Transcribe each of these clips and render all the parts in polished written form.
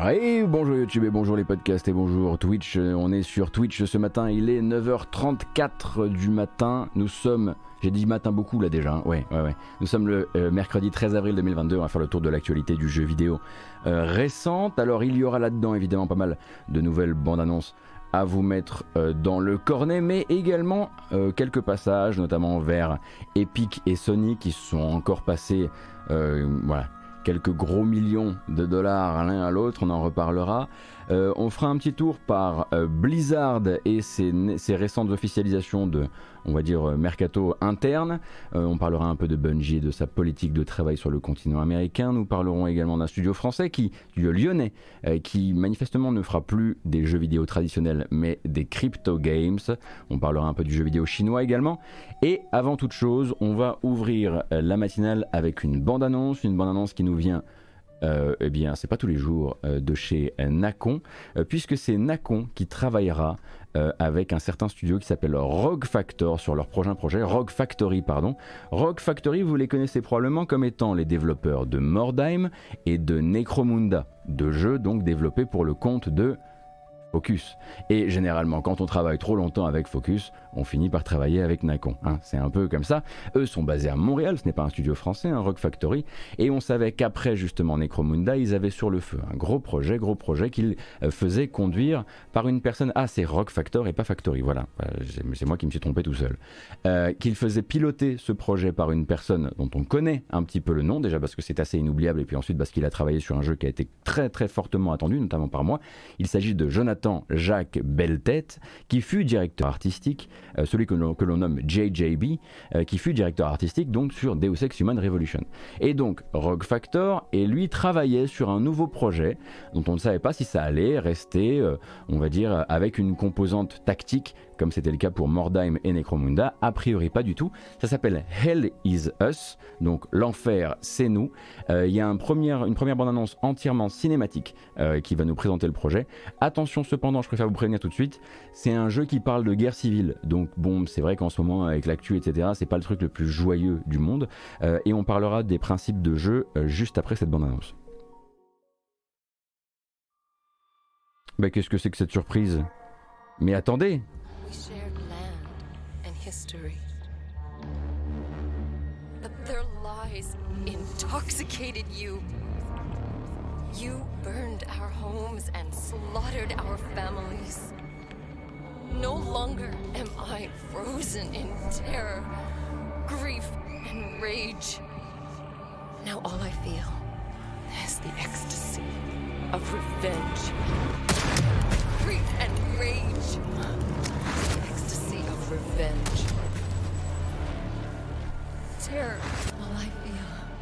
Et bonjour YouTube et bonjour les podcasts et bonjour Twitch. On est sur Twitch ce matin, il est 9h34 du matin. Nous sommes, j'ai dit matin beaucoup là déjà, hein. Ouais. Nous sommes le mercredi 13 avril 2022, on va faire le tour de l'actualité du jeu vidéo récente. Alors il y aura là-dedans évidemment pas mal de nouvelles bandes annonces à vous mettre dans le cornet, mais également quelques passages, notamment vers Epic et Sony qui se sont encore passés, voilà, quelques gros millions de dollars l'un à l'autre, on en reparlera. On fera un petit tour par Blizzard et ses récentes officialisations de, on va dire, mercato interne. On parlera un peu de Bungie et de sa politique de travail sur le continent américain. Nous parlerons également d'un studio français, lyonnais, qui manifestement ne fera plus des jeux vidéo traditionnels, mais des crypto games. On parlera un peu du jeu vidéo chinois également. Et avant toute chose, on va ouvrir la matinale avec une bande-annonce qui nous vient... eh bien, c'est pas tous les jours de chez Nacon, puisque c'est Nacon qui travaillera avec un certain studio qui s'appelle Rogue Factor sur leur prochain projet, Rogue Factory, pardon. Rogue Factory, vous les connaissez probablement comme étant les développeurs de Mordheim et de Necromunda, deux jeux donc développés pour le compte de Focus. Et généralement, quand on travaille trop longtemps avec Focus, on finit par travailler avec Nacon. Hein, c'est un peu comme ça. Eux sont basés à Montréal, ce n'est pas un studio français, un Rogue Factory. Et on savait qu'après justement Necromunda, ils avaient sur le feu un gros projet qu'ils faisaient conduire par une personne. Ah, c'est Rogue Factor et pas Factory, voilà. C'est moi qui me suis trompé tout seul. Qu'ils faisaient piloter ce projet par une personne dont on connaît un petit peu le nom, déjà parce que c'est assez inoubliable, et puis ensuit parce qu'il a travaillé sur un jeu qui a été très très fortement attendu, notamment par moi. Il s'agit de Jonathan Jacques Belletête, qui fut directeur artistique, celui que l'on nomme JJB, qui fut directeur artistique donc sur Deus Ex Human Revolution. Et donc Rogue Factor, et lui travaillait sur un nouveau projet dont on ne savait pas si ça allait rester, on va dire, avec une composante tactique, comme c'était le cas pour Mordheim et Necromunda. A priori pas du tout. Ça s'appelle Hell is Us, donc l'enfer c'est nous. Il y a une première bande-annonce entièrement cinématique qui va nous présenter le projet. Attention cependant, je préfère vous prévenir tout de suite, c'est un jeu qui parle de guerre civile, donc bon, c'est vrai qu'en ce moment avec l'actu etc, c'est pas le truc le plus joyeux du monde, et on parlera des principes de jeu juste après cette bande-annonce. Bah qu'est-ce que c'est que cette surprise? Mais attendez! We shared land and history. But their lies intoxicated you. You burned our homes and slaughtered our families. No longer am I frozen in terror, grief, and rage. Now all I feel is the ecstasy of revenge. Grief and rage. The ecstasy of revenge. Terror, all I feel.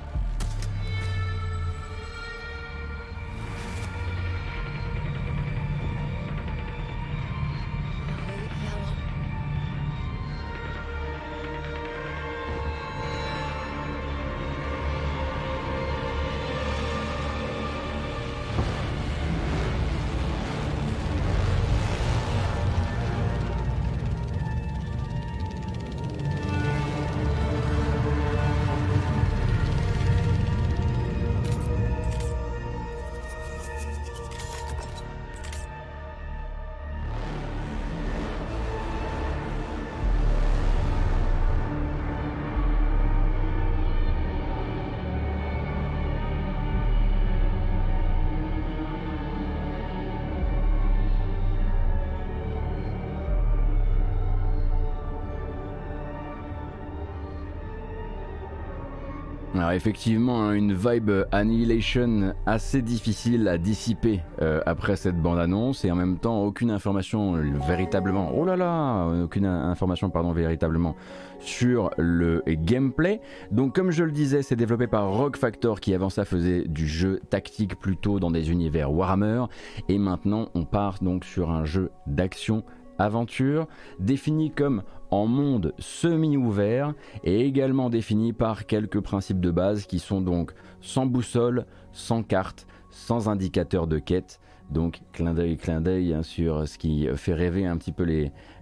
Alors effectivement, une vibe Annihilation assez difficile à dissiper après cette bande-annonce, et en même temps aucune information véritablement, véritablement sur le gameplay. Donc comme je le disais, c'est développé par Rogue Factor qui avant ça faisait du jeu tactique plutôt dans des univers Warhammer, et maintenant on part donc sur un jeu d'action aventure défini comme en monde semi-ouvert et également défini par quelques principes de base qui sont donc sans boussole, sans carte, sans indicateur de quête. Donc clin d'œil hein, sur ce qui fait rêver un petit peu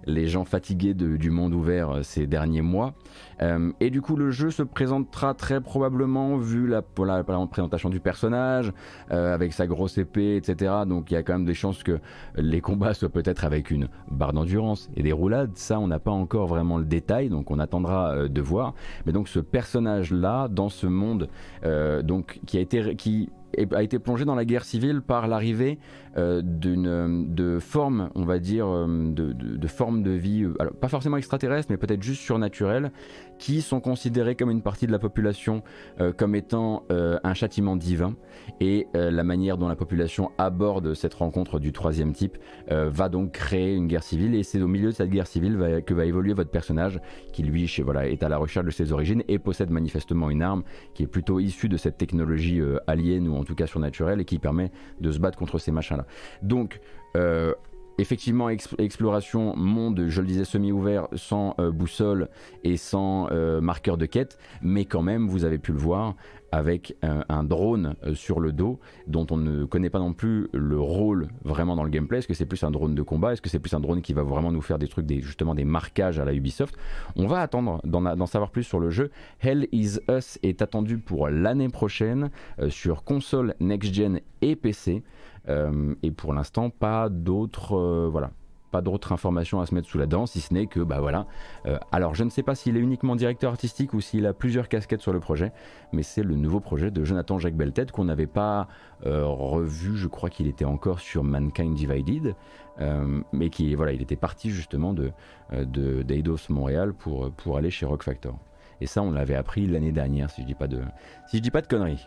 les gens fatigués du monde ouvert ces derniers mois. Et du coup, le jeu se présentera très probablement, vu la présentation du personnage, avec sa grosse épée, etc. Donc il y a quand même des chances que les combats soient peut-être avec une barre d'endurance et des roulades. Ça, on n'a pas encore vraiment le détail, donc on attendra de voir. Mais donc ce personnage-là, dans ce monde, donc qui a été plongé dans la guerre civile par l'arrivée de formes, on va dire, de formes de vie, alors, pas forcément extraterrestres, mais peut-être juste surnaturelles, qui sont considérées comme une partie de la population comme étant un châtiment divin. Et la manière dont la population aborde cette rencontre du troisième type va donc créer une guerre civile. Et c'est au milieu de cette guerre civile que va évoluer votre personnage, qui lui est à la recherche de ses origines et possède manifestement une arme qui est plutôt issue de cette technologie alien, ou en tout cas surnaturelle, et qui permet de se battre contre ces machins-là. Donc, effectivement, exploration, monde, je le disais, semi-ouvert, sans boussole et sans marqueur de quête, mais quand même, vous avez pu le voir, avec un drone sur le dos, dont on ne connaît pas non plus le rôle vraiment dans le gameplay. Est-ce que c'est plus un drone de combat? Est-ce que c'est plus un drone qui va vraiment nous faire des trucs, justement des marquages à la Ubisoft? On va attendre d'en savoir plus sur le jeu. Hell is Us est attendu pour l'année prochaine sur console next-gen et PC. Et pour l'instant, pas d'autres informations à se mettre sous la dent, si ce n'est que, alors je ne sais pas s'il est uniquement directeur artistique ou s'il a plusieurs casquettes sur le projet, mais c'est le nouveau projet de Jonathan Jacques Belted qu'on n'avait pas revu. Je crois qu'il était encore sur Mankind Divided, mais il était parti justement d'Eidos Montréal pour aller chez Rock Factor. Et ça, on l'avait appris l'année dernière, si je dis pas de conneries.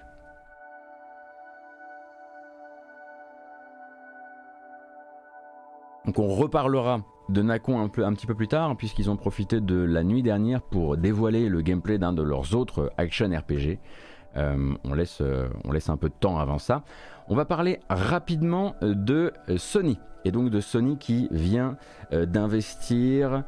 Donc on reparlera de Nacon un petit peu plus tard, puisqu'ils ont profité de la nuit dernière pour dévoiler le gameplay d'un de leurs autres action RPG. On laisse un peu de temps avant ça. On va parler rapidement de Sony, et donc de Sony qui vient d'investir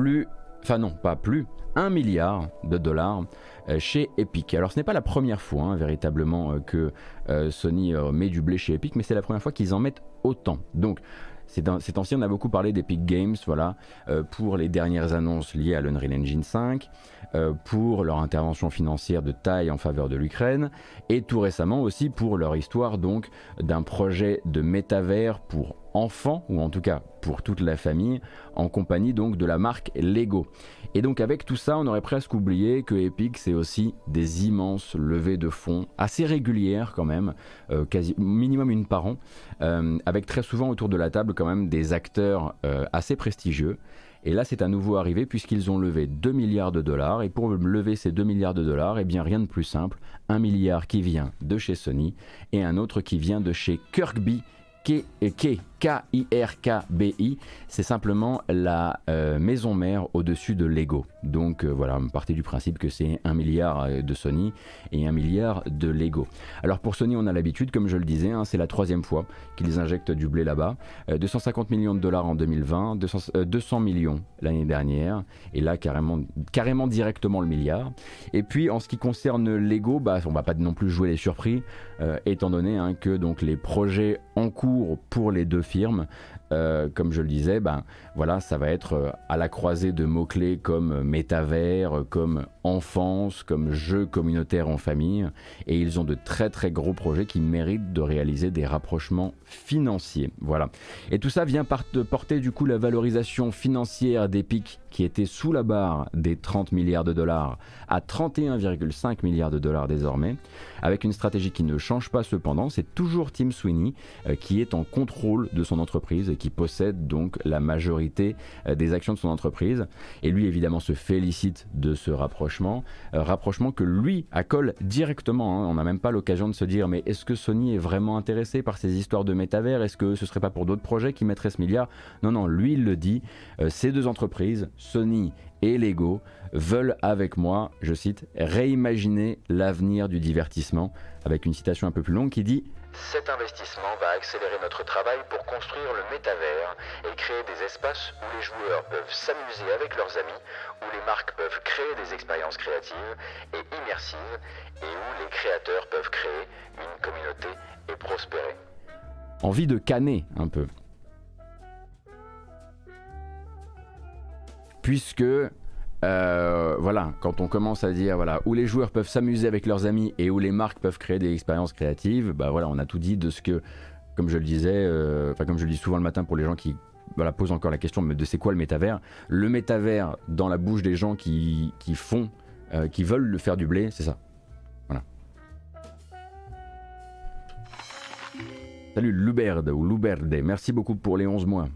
1 milliard de dollars chez Epic. Alors ce n'est pas la première fois véritablement que Sony met du blé chez Epic, mais c'est la première fois qu'ils en mettent autant. Donc ces temps-ci, on a beaucoup parlé d'Epic Games, pour les dernières annonces liées à l'Unreal Engine 5, pour leur intervention financière de taille en faveur de l'Ukraine, et tout récemment aussi pour leur histoire donc d'un projet de métavers pour enfants, ou en tout cas pour toute la famille, en compagnie donc de la marque Lego. Et donc avec tout ça, on aurait presque oublié que Epic, c'est aussi des immenses levées de fonds, assez régulières quand même, quasi minimum une par an, avec très souvent autour de la table quand même des acteurs assez prestigieux. Et là, c'est à nouveau arrivé puisqu'ils ont levé 2 milliards de dollars. Et pour lever ces 2 milliards de dollars, eh bien rien de plus simple. 1 milliard qui vient de chez Sony et un autre qui vient de chez Kirkby, K-I-R-K-B-I, c'est simplement la maison mère au-dessus de Lego. Donc voilà, partez du principe que c'est 1 milliard de Sony et 1 milliard de Lego. Alors pour Sony, on a l'habitude, comme je le disais, c'est la troisième fois qu'ils injectent du blé là-bas. 250 millions de dollars en 2020, 200 millions l'année dernière, et là carrément directement le milliard. Et puis en ce qui concerne Lego, on va pas non plus jouer les surpris, étant donné que donc les projets en cours pour les deux firmes, comme je le disais, ça va être à la croisée de mots-clés comme métavers, comme enfance, comme jeu communautaire en famille, et ils ont de très très gros projets qui méritent de réaliser des rapprochements financiers. Voilà. Et tout ça vient porter du coup la valorisation financière d'Epic, qui était sous la barre des 30 milliards de dollars à 31,5 milliards de dollars désormais, avec une stratégie qui ne change pas cependant. C'est toujours Tim Sweeney qui est en contrôle de son entreprise et qui possède donc la majorité des actions de son entreprise, et lui évidemment se félicite de ce rapprochement que lui accole directement. On n'a même pas l'occasion de se dire mais est-ce que Sony est vraiment intéressé par ces histoires de métavers, est-ce que ce serait pas pour d'autres projets qui mettraient ce milliard? Non, lui il le dit, ces deux entreprises, Sony et Lego, veulent avec moi, je cite, réimaginer l'avenir du divertissement, avec une citation un peu plus longue qui dit: cet investissement va accélérer notre travail pour construire le métavers et créer des espaces où les joueurs peuvent s'amuser avec leurs amis, où les marques peuvent créer des expériences créatives et immersives, et où les créateurs peuvent créer une communauté et prospérer. Envie de canner un peu. puisque voilà, quand on commence à dire voilà, où les joueurs peuvent s'amuser avec leurs amis et où les marques peuvent créer des expériences créatives, bah voilà, on a tout dit de ce que, comme je le disais, comme je le dis souvent le matin pour les gens qui voilà, posent encore la question de c'est quoi le métavers. Le métavers dans la bouche des gens qui font, qui veulent le faire du blé, c'est ça. Voilà. Salut Luberde ou Luberde, merci beaucoup pour les 11 mois.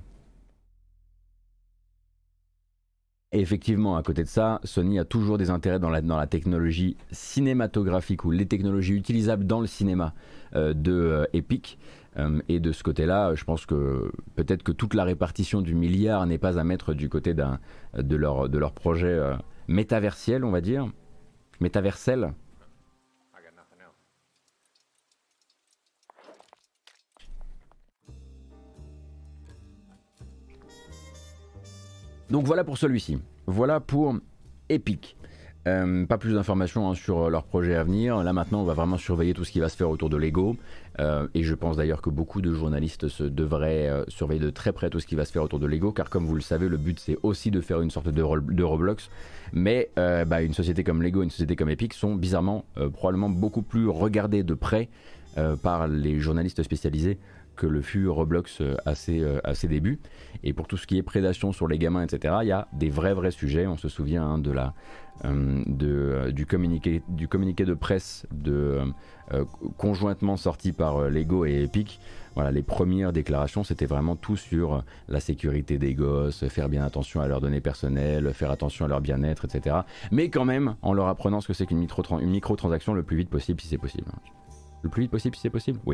Et effectivement, à côté de ça, Sony a toujours des intérêts dans la technologie cinématographique ou les technologies utilisables dans le cinéma de Epic. Et de ce côté-là, je pense que peut-être que toute la répartition du milliard n'est pas à mettre du côté de leur projet métaversiel, on va dire. Métaversel. Donc voilà pour celui-ci. Voilà pour Epic. Pas plus d'informations sur leur projet à venir. Là maintenant on va vraiment surveiller tout ce qui va se faire autour de Lego. Et je pense d'ailleurs que beaucoup de journalistes devraient surveiller de très près tout ce qui va se faire autour de Lego. Car comme vous le savez, le but c'est aussi de faire une sorte de Roblox. Mais une société comme Lego et une société comme Epic sont bizarrement probablement beaucoup plus regardées de près par les journalistes spécialisés que le fut Roblox à ses débuts. Et pour tout ce qui est prédation sur les gamins, etc., il y a des vrais sujets. On se souvient du communiqué de presse conjointement sorti par Lego et Epic. Voilà, les premières déclarations, c'était vraiment tout sur la sécurité des gosses, faire bien attention à leurs données personnelles, faire attention à leur bien-être, etc. Mais quand même, en leur apprenant ce que c'est qu'une microtransaction le plus vite possible si c'est possible. Le plus vite possible si c'est possible ? Oui.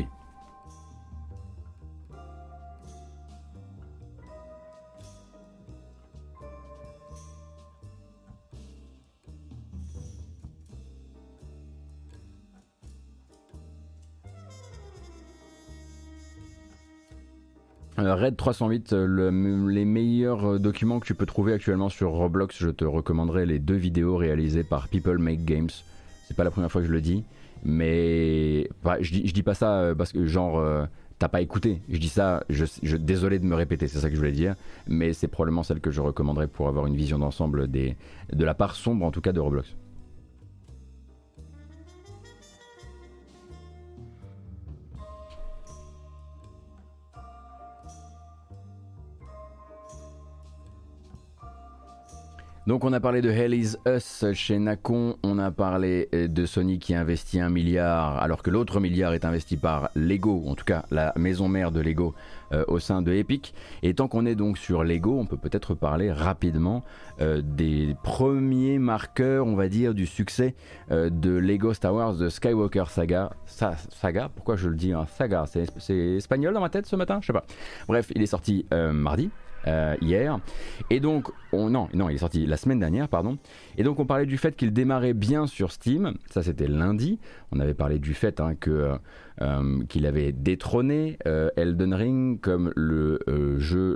Red 308, les meilleurs documents que tu peux trouver actuellement sur Roblox, je te recommanderais les 2 vidéos réalisées par People Make Games. C'est pas la première fois que je le dis, mais je dis pas ça parce que genre t'as pas écouté. Je dis ça, désolé de me répéter, c'est ça que je voulais dire, mais c'est probablement celle que je recommanderais pour avoir une vision d'ensemble de la part sombre en tout cas de Roblox. Donc on a parlé de Hell is Us chez Nacon, on a parlé de Sony qui investit 1 milliard alors que l'autre milliard est investi par Lego, en tout cas la maison mère de Lego au sein de Epic. Et tant qu'on est donc sur Lego, on peut peut-être parler rapidement des premiers marqueurs, on va dire, du succès de Lego Star Wars The Skywalker Saga. Saga, pourquoi je le dis saga, c'est espagnol dans ma tête ce matin, je sais pas. Bref, il est sorti mardi. Hier, et donc non, il est sorti la semaine dernière, pardon. Et donc on parlait du fait qu'il démarrait bien sur Steam, ça c'était lundi. On avait parlé du fait qu'il avait détrôné Elden Ring comme le jeu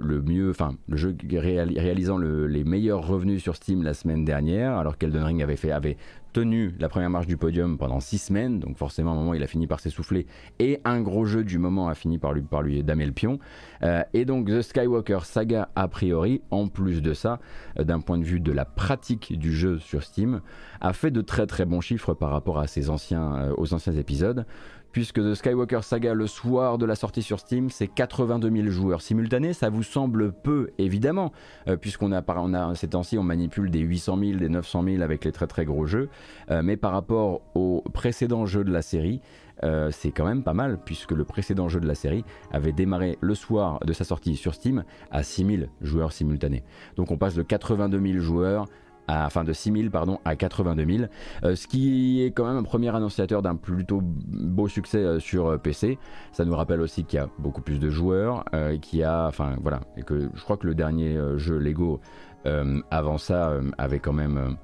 réalisant les meilleurs revenus sur Steam la semaine dernière, alors qu'Elden Ring avait tenu la première marche du podium pendant 6 semaines, donc forcément à un moment il a fini par s'essouffler, et un gros jeu du moment a fini par lui damer le pion. Et donc The Skywalker Saga, a priori, en plus de ça, d'un point de vue de la pratique du jeu sur Steam, a fait de très bons chiffres par rapport à aux anciens épisodes, puisque The Skywalker Saga, le soir de la sortie sur Steam, c'est 82 000 joueurs simultanés. Ça vous semble peu, évidemment, puisqu'on a ces temps-ci, on manipule des 800 000, des 900 000 avec les très gros jeux, mais par rapport aux précédents jeux de la série, c'est quand même pas mal, puisque le précédent jeu de la série avait démarré le soir de sa sortie sur Steam à 6 000 joueurs simultanés. Donc on passe de 82 000 joueurs de 6 000 à 82 000, ce qui est quand même un premier annonciateur d'un plutôt beau succès sur PC. Ça nous rappelle aussi qu'il y a beaucoup plus de joueurs, et que je crois que le dernier jeu Lego avant ça avait quand même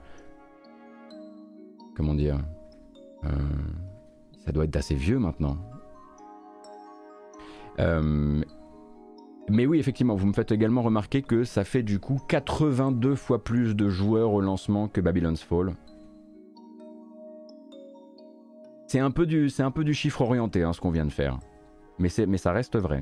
comment dire, ça doit être assez vieux maintenant. Mais oui, effectivement, vous me faites également remarquer que ça fait du coup 82 fois plus de joueurs au lancement que Babylon's Fall. C'est un peu du chiffre orienté, ce qu'on vient de faire. Mais ça reste vrai.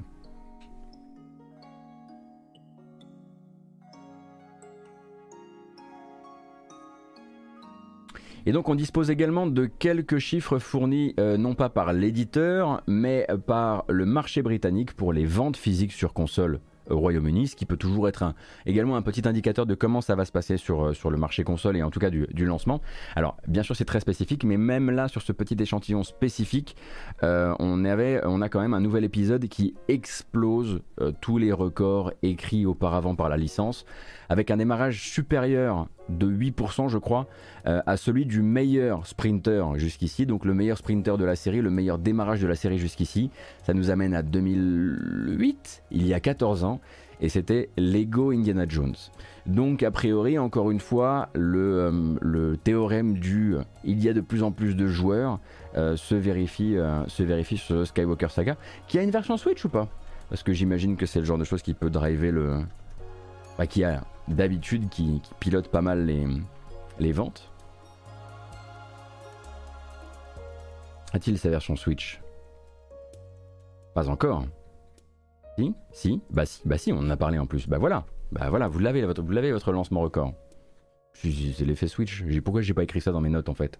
Et donc on dispose également de quelques chiffres fournis non pas par l'éditeur, mais par le marché britannique pour les ventes physiques sur console au Royaume-Uni, ce qui peut toujours être également un petit indicateur de comment ça va se passer sur le marché console et en tout cas du lancement. Alors bien sûr c'est très spécifique, mais même là sur ce petit échantillon spécifique, on a quand même un nouvel épisode qui explose tous les records écrits auparavant par la licence, avec un démarrage supérieur de 8% je crois à celui du meilleur sprinter jusqu'ici, donc le meilleur sprinter de la série, le meilleur démarrage de la série jusqu'ici. Ça nous amène à 2008, il y a 14 ans, et c'était Lego Indiana Jones. Donc a priori, encore une fois, le théorème du il y a de plus en plus de joueurs se vérifie sur Skywalker Saga, qui a une version Switch ou pas? Parce que j'imagine que c'est le genre de choses qui peut driver qui a d'habitude qui pilote pas mal les ventes. A-t-il sa version Switch? Pas encore. Si, bah si, on en a parlé en plus. Bah voilà, vous l'avez votre lancement record. C'est l'effet Switch. Pourquoi j'ai pas écrit ça dans mes notes en fait?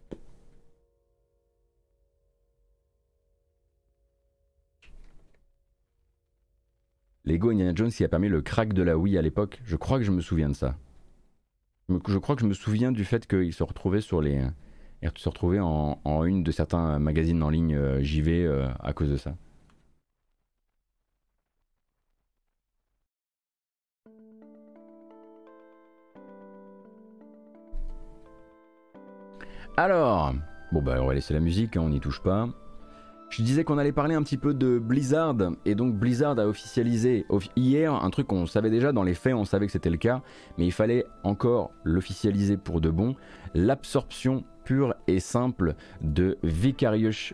Lego Indiana Jones qui a permis le crack de la Wii à l'époque. Je crois que je me souviens de ça. Je crois que je me souviens du fait qu'il se retrouvait en une de certains magazines en ligne JV à cause de ça. Alors, on va laisser la musique, on n'y touche pas. Je disais qu'on allait parler un petit peu de Blizzard, et donc Blizzard a officialisé hier un truc qu'on savait déjà, dans les faits on savait que c'était le cas, mais il fallait encore l'officialiser pour de bon, l'absorption pure et simple de Vicarious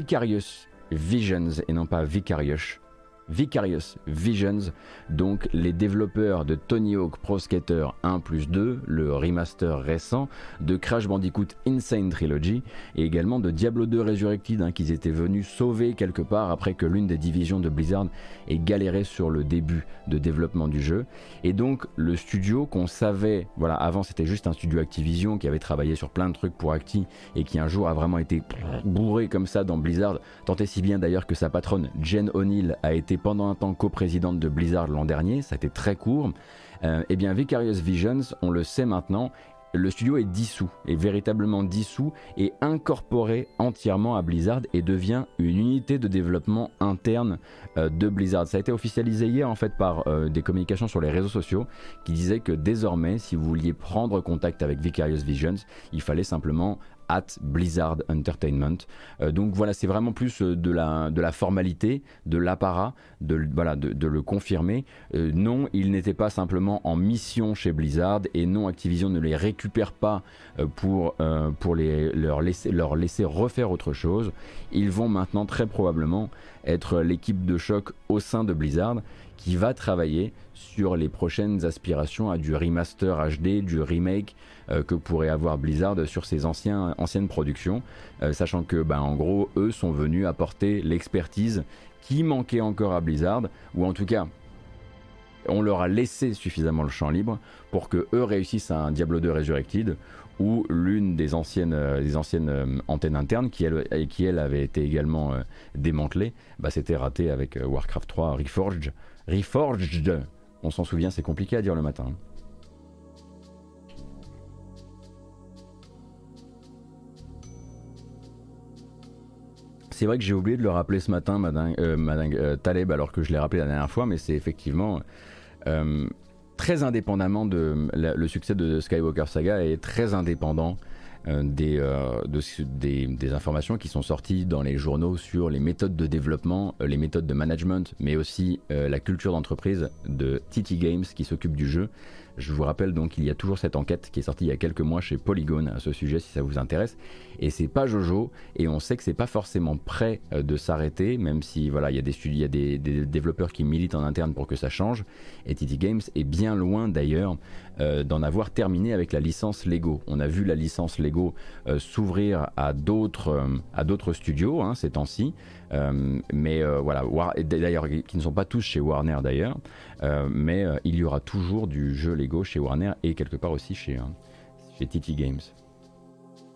Visions, et non pas Vicarious Visions, donc les développeurs de Tony Hawk Pro Skater 1+2, le remaster récent, de Crash Bandicoot Insane Trilogy, et également de Diablo 2 Resurrected, qu'ils étaient venus sauver quelque part après que l'une des divisions de Blizzard ait galéré sur le début de développement du jeu. Et donc le studio qu'on savait, voilà, avant c'était juste un studio Activision qui avait travaillé sur plein de trucs pour Acti, et qui un jour a vraiment été bourré comme ça dans Blizzard, tant et si bien d'ailleurs que sa patronne Jen O'Neill a été pendant un temps coprésidente de Blizzard l'an dernier, ça a été très court. Et bien Vicarious Visions, on le sait maintenant, le studio est dissous, est véritablement dissous et incorporé entièrement à Blizzard et devient une unité de développement interne de Blizzard. Ça a été officialisé hier en fait par des communications sur les réseaux sociaux qui disaient que désormais, si vous vouliez prendre contact avec Vicarious Visions, il fallait simplement @Blizzard Entertainment. Donc voilà, c'est vraiment plus de la formalité, de l'apparat, de le confirmer. Non, ils n'étaient pas simplement en mission chez Blizzard, et non, Activision ne les récupère pas pour leur laisser refaire autre chose. Ils vont maintenant très probablement être l'équipe de choc au sein de Blizzard qui va travailler sur les prochaines aspirations à du remaster HD, du remake que pourrait avoir Blizzard sur ses anciennes productions, sachant que en gros eux sont venus apporter l'expertise qui manquait encore à Blizzard, ou en tout cas on leur a laissé suffisamment le champ libre pour que eux réussissent à un Diablo 2 Resurrected, où l'une des anciennes antennes internes qui elle avait été également démantelée, c'était raté avec Warcraft 3 Reforged. On s'en souvient, c'est compliqué à dire le matin. C'est vrai que j'ai oublié de le rappeler ce matin, Taleb, alors que je l'ai rappelé la dernière fois, mais c'est effectivement très indépendamment le succès de Skywalker Saga est très indépendant des informations qui sont sorties dans les journaux sur les méthodes de développement, les méthodes de management, mais aussi la culture d'entreprise de TT Games qui s'occupe du jeu. Je vous rappelle donc qu'il y a toujours cette enquête qui est sortie il y a quelques mois chez Polygon à ce sujet si ça vous intéresse, et c'est pas Jojo, et on sait que c'est pas forcément prêt de s'arrêter, même si voilà, il y a des développeurs qui militent en interne pour que ça change, et TT Games est bien loin d'ailleurs d'en avoir terminé avec la licence Lego. On a vu la licence Lego s'ouvrir à d'autres studios ces temps-ci, mais voilà, d'ailleurs qui ne sont pas tous chez Warner d'ailleurs, mais il y aura toujours du jeu Lego chez Warner et quelque part aussi chez TT Games.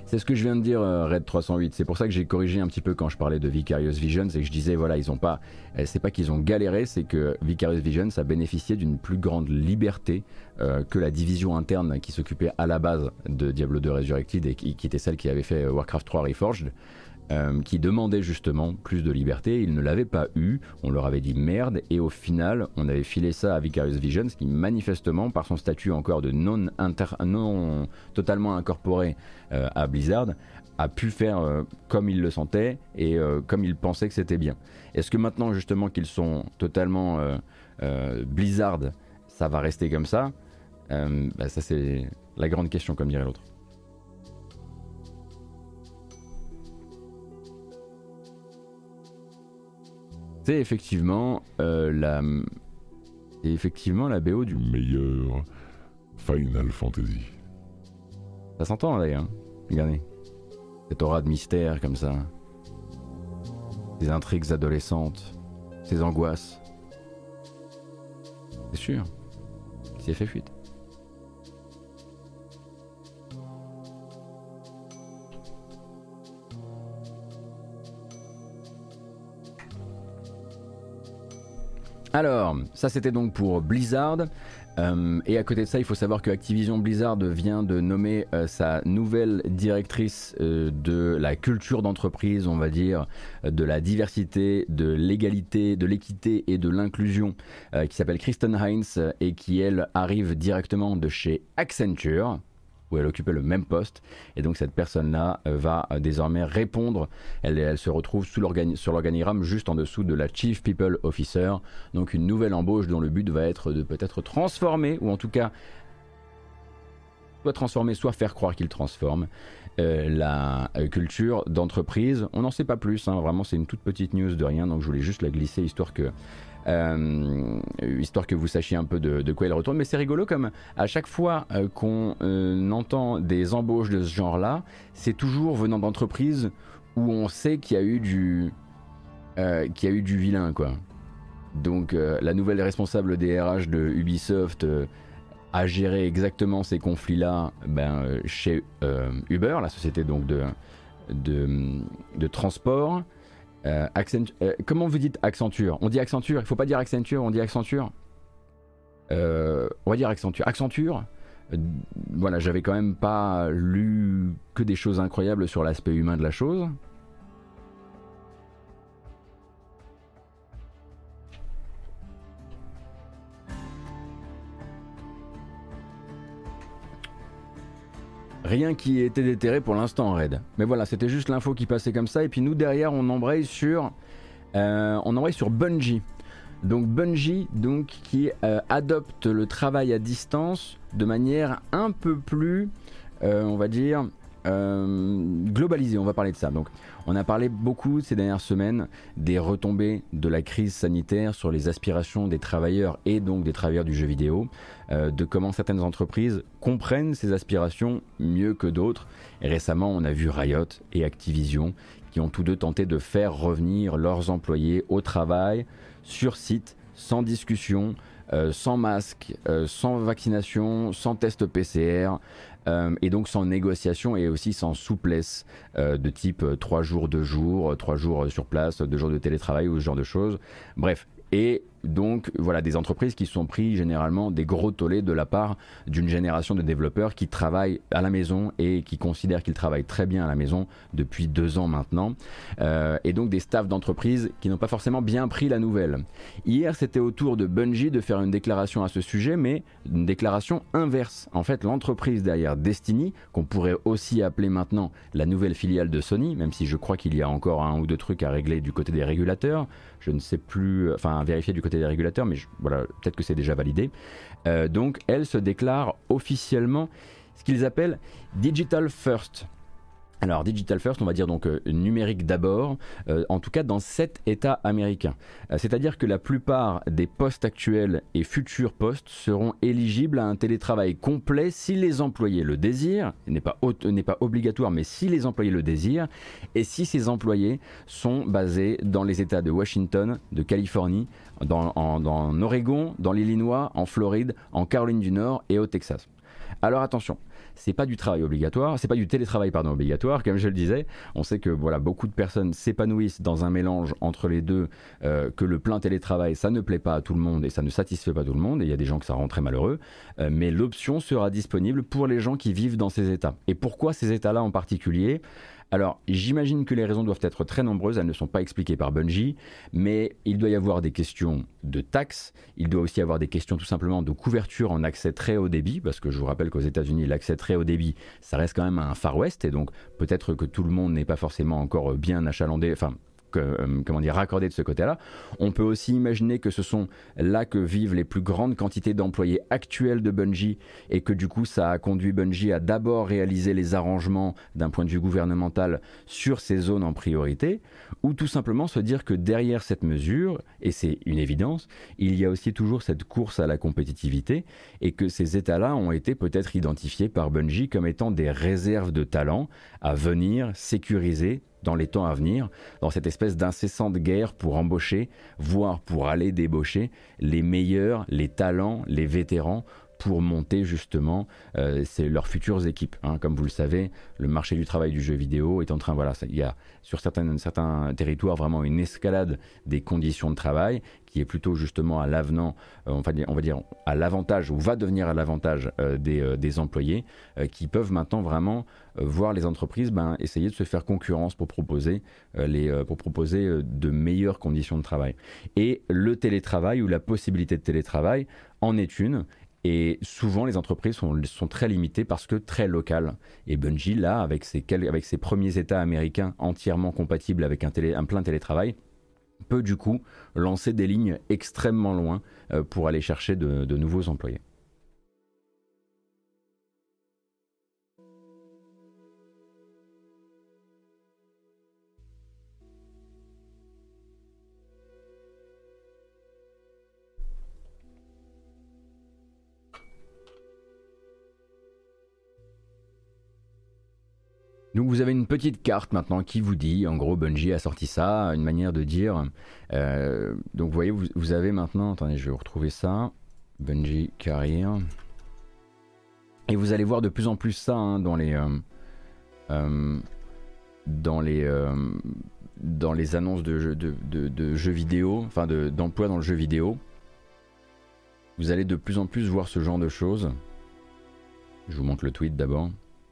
C'est ce que je viens de dire, Red 308. C'est pour ça que j'ai corrigé un petit peu quand je parlais de Vicarious Visions, c'est que je disais voilà, ils ont pas, c'est pas qu'ils ont galéré, c'est que Vicarious Visions a bénéficié d'une plus grande liberté que la division interne qui s'occupait à la base de Diablo 2 Resurrected et qui était celle qui avait fait Warcraft 3 Reforged. Qui demandait justement plus de liberté, ils ne l'avaient pas eu, on leur avait dit merde, et au final on avait filé ça à Vicarious Visions qui manifestement par son statut encore de non totalement incorporé à Blizzard a pu faire comme il le sentait et comme il pensait que c'était bien. Est-ce que maintenant justement qu'ils sont totalement Blizzard, ça va rester comme ça? Ça c'est la grande question comme dirait l'autre. C'est effectivement la BO du meilleur Final Fantasy. Ça s'entend d'ailleurs, hein. Regardez. Cette aura de mystère comme ça. Ces intrigues adolescentes. Ces angoisses. C'est sûr. Il s'y est fait fuite. Alors, ça c'était donc pour Blizzard. Et à côté de ça, il faut savoir que Activision Blizzard vient de nommer sa nouvelle directrice de la culture d'entreprise, on va dire, de la diversité, de l'égalité, de l'équité et de l'inclusion, qui s'appelle Kristen Heinz et qui, elle, arrive directement de chez Accenture, où elle occupait le même poste, et donc cette personne-là va désormais répondre, elle se retrouve sur l'organigramme juste en dessous de la Chief People Officer, donc une nouvelle embauche dont le but va être de peut-être transformer, ou en tout cas soit transformer, soit faire croire qu'il transforme la culture d'entreprise. On n'en sait pas plus, hein, vraiment c'est une toute petite news de rien, donc je voulais juste la glisser histoire que vous sachiez un peu de quoi il retourne. Mais c'est rigolo comme à chaque fois qu'on entend des embauches de ce genre-là, c'est toujours venant d'entreprises où on sait qu'il y a eu du vilain, quoi. Donc la nouvelle responsable des RH de Ubisoft a géré exactement ces conflits-là chez Uber, la société donc de transport. Comment vous dites Accenture? On dit Accenture, il faut pas dire Accenture, on dit Accenture. On va dire Accenture. Accenture, voilà, j'avais quand même pas lu que des choses incroyables sur l'aspect humain de la chose. Rien qui ait été déterré pour l'instant, Red. Mais voilà, c'était juste l'info qui passait comme ça. Et puis nous, derrière, on embraye sur Bungie. Donc Bungie, qui adopte le travail à distance de manière un peu plus, on va dire, globalisée. On va parler de ça. Donc, on a parlé beaucoup ces dernières semaines des retombées de la crise sanitaire sur les aspirations des travailleurs et donc des travailleurs du jeu vidéo, de comment certaines entreprises comprennent ces aspirations mieux que d'autres. Et récemment, on a vu Riot et Activision qui ont tous deux tenté de faire revenir leurs employés au travail sur site, sans discussion, sans masque, sans vaccination, sans test PCR. Et donc sans négociation et aussi sans souplesse de type 3 jours, 2 jours, 3 jours sur place, 2 jours de télétravail ou ce genre de choses. Bref, et donc voilà, des entreprises qui sont pris généralement des gros tollés de la part d'une génération de développeurs qui travaillent à la maison et qui considèrent qu'ils travaillent très bien à la maison depuis 2 ans maintenant, et donc des staffs d'entreprises qui n'ont pas forcément bien pris la nouvelle. Hier, c'était au tour de Bungie de faire une déclaration à ce sujet, mais une déclaration inverse. En fait, l'entreprise derrière Destiny, qu'on pourrait aussi appeler maintenant la nouvelle filiale de Sony, même si je crois qu'il y a encore 1 ou 2 trucs à régler du côté des régulateurs, je ne sais plus, enfin à vérifier du côté des régulateurs, mais voilà, peut-être que c'est déjà validé. Donc elle se déclare officiellement ce qu'ils appellent Digital First. Alors Digital First, on va dire donc numérique d'abord, en tout cas dans 7 États américains. C'est-à-dire que la plupart des postes actuels et futurs postes seront éligibles à un télétravail complet si les employés le désirent, n'est pas obligatoire, mais si les employés le désirent, et si ces employés sont basés dans les États de Washington, de Californie, en Oregon, dans l'Illinois, en Floride, en Caroline du Nord et au Texas. Alors attention, c'est pas du travail obligatoire, c'est pas du télétravail pardon obligatoire, comme je le disais. On sait que voilà, beaucoup de personnes s'épanouissent dans un mélange entre les deux, que le plein télétravail, ça ne plaît pas à tout le monde et ça ne satisfait pas tout le monde, et il y a des gens que ça rend très malheureux, mais l'option sera disponible pour les gens qui vivent dans ces états. Et pourquoi ces états-là en particulier ? Alors, j'imagine que les raisons doivent être très nombreuses, elles ne sont pas expliquées par Bungie, mais il doit y avoir des questions de taxes, il doit aussi y avoir des questions tout simplement de couverture en accès très haut débit, parce que je vous rappelle qu'aux États-Unis, l'accès très haut débit, ça reste quand même un Far West, et donc peut-être que tout le monde n'est pas forcément encore bien achalandé, enfin, comment dire, raccordé de ce côté-là. On peut aussi imaginer que ce sont là que vivent les plus grandes quantités d'employés actuels de Bungie et que du coup ça a conduit Bungie à d'abord réaliser les arrangements d'un point de vue gouvernemental sur ces zones en priorité, ou tout simplement se dire que derrière cette mesure, et c'est une évidence, il y a aussi toujours cette course à la compétitivité et que ces états-là ont été peut-être identifiés par Bungie comme étant des réserves de talent à venir sécuriser dans les temps à venir, dans cette espèce d'incessante guerre pour embaucher, voire pour aller débaucher les meilleurs, les talents, les vétérans, pour monter justement c'est leurs futures équipes. Hein. Comme vous le savez, le marché du travail du jeu vidéo est en train, voilà, il y a sur certains territoires vraiment une escalade des conditions de travail qui est plutôt justement à l'avenant, on va dire à l'avantage, ou va devenir à l'avantage des employés qui peuvent maintenant vraiment voir les entreprises essayer de se faire concurrence pour proposer, de meilleures conditions de travail. Et le télétravail ou la possibilité de télétravail en est une. Et souvent, les entreprises sont très limitées parce que très locales. Et Bungie, là, avec ses premiers États américains entièrement compatibles avec un plein télétravail, peut du coup lancer des lignes extrêmement loin pour aller chercher de nouveaux employés. Donc vous avez une petite carte maintenant qui vous dit, en gros Bungie a sorti ça, une manière de dire, donc vous voyez, vous avez maintenant, attendez je vais retrouver ça, Bungie Career, et vous allez voir de plus en plus ça hein, dans les annonces de jeux vidéo, enfin d'emploi dans le jeu vidéo, vous allez de plus en plus voir ce genre de choses. Je vous montre le tweet d'abord.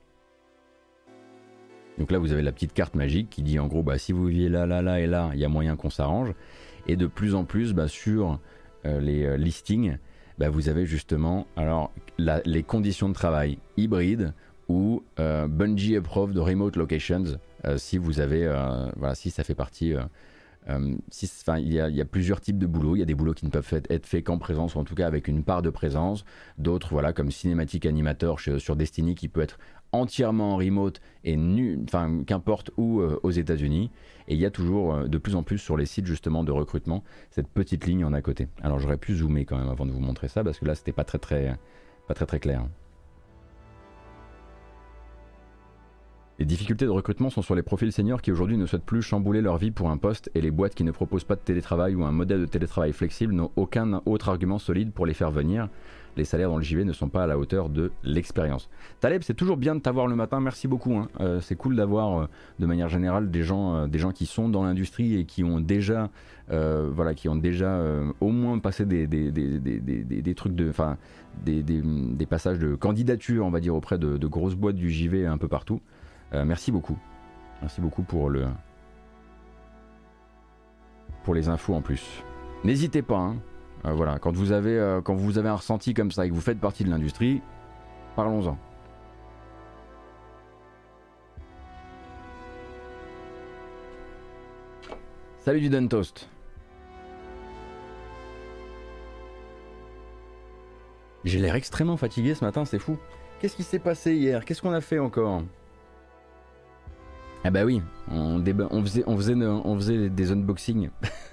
Donc là vous avez la petite carte magique qui dit en gros si vous viviez là, là, là et là, il y a moyen qu'on s'arrange. Et de plus en plus sur les listings, vous avez justement alors les conditions de travail hybrides ou Bungie Approved Remote Locations si vous avez, si ça fait partie... il y a plusieurs types de boulots. Il y a des boulots qui ne peuvent être faits qu'en présence, ou en tout cas avec une part de présence. D'autres, comme cinématique animateur sur Destiny, qui peut être entièrement en remote et qu'importe où aux États-Unis. Et il y a toujours de plus en plus sur les sites justement de recrutement cette petite ligne en à côté. Alors j'aurais pu zoomer quand même avant de vous montrer ça parce que là c'était pas très clair. Les difficultés de recrutement sont sur les profils seniors qui aujourd'hui ne souhaitent plus chambouler leur vie pour un poste, et les boîtes qui ne proposent pas de télétravail ou un modèle de télétravail flexible n'ont aucun autre argument solide pour les faire venir. Les salaires dans le JV ne sont pas à la hauteur de l'expérience. Taleb, c'est toujours bien de t'avoir le matin, merci beaucoup. Hein. C'est cool d'avoir de manière générale des gens qui sont dans l'industrie et qui ont déjà, au moins passé des trucs des passages de candidature, on va dire, auprès de grosses boîtes du JV un peu partout. Merci beaucoup. Merci beaucoup pour les infos en plus. N'hésitez pas, hein. Quand vous avez un ressenti comme ça et que vous faites partie de l'industrie, parlons-en. Salut du Dun Toast. J'ai l'air extrêmement fatigué ce matin, c'est fou. Qu'est-ce qui s'est passé hier? Qu'est-ce qu'on a fait encore? Ah bah oui, on faisait des unboxings.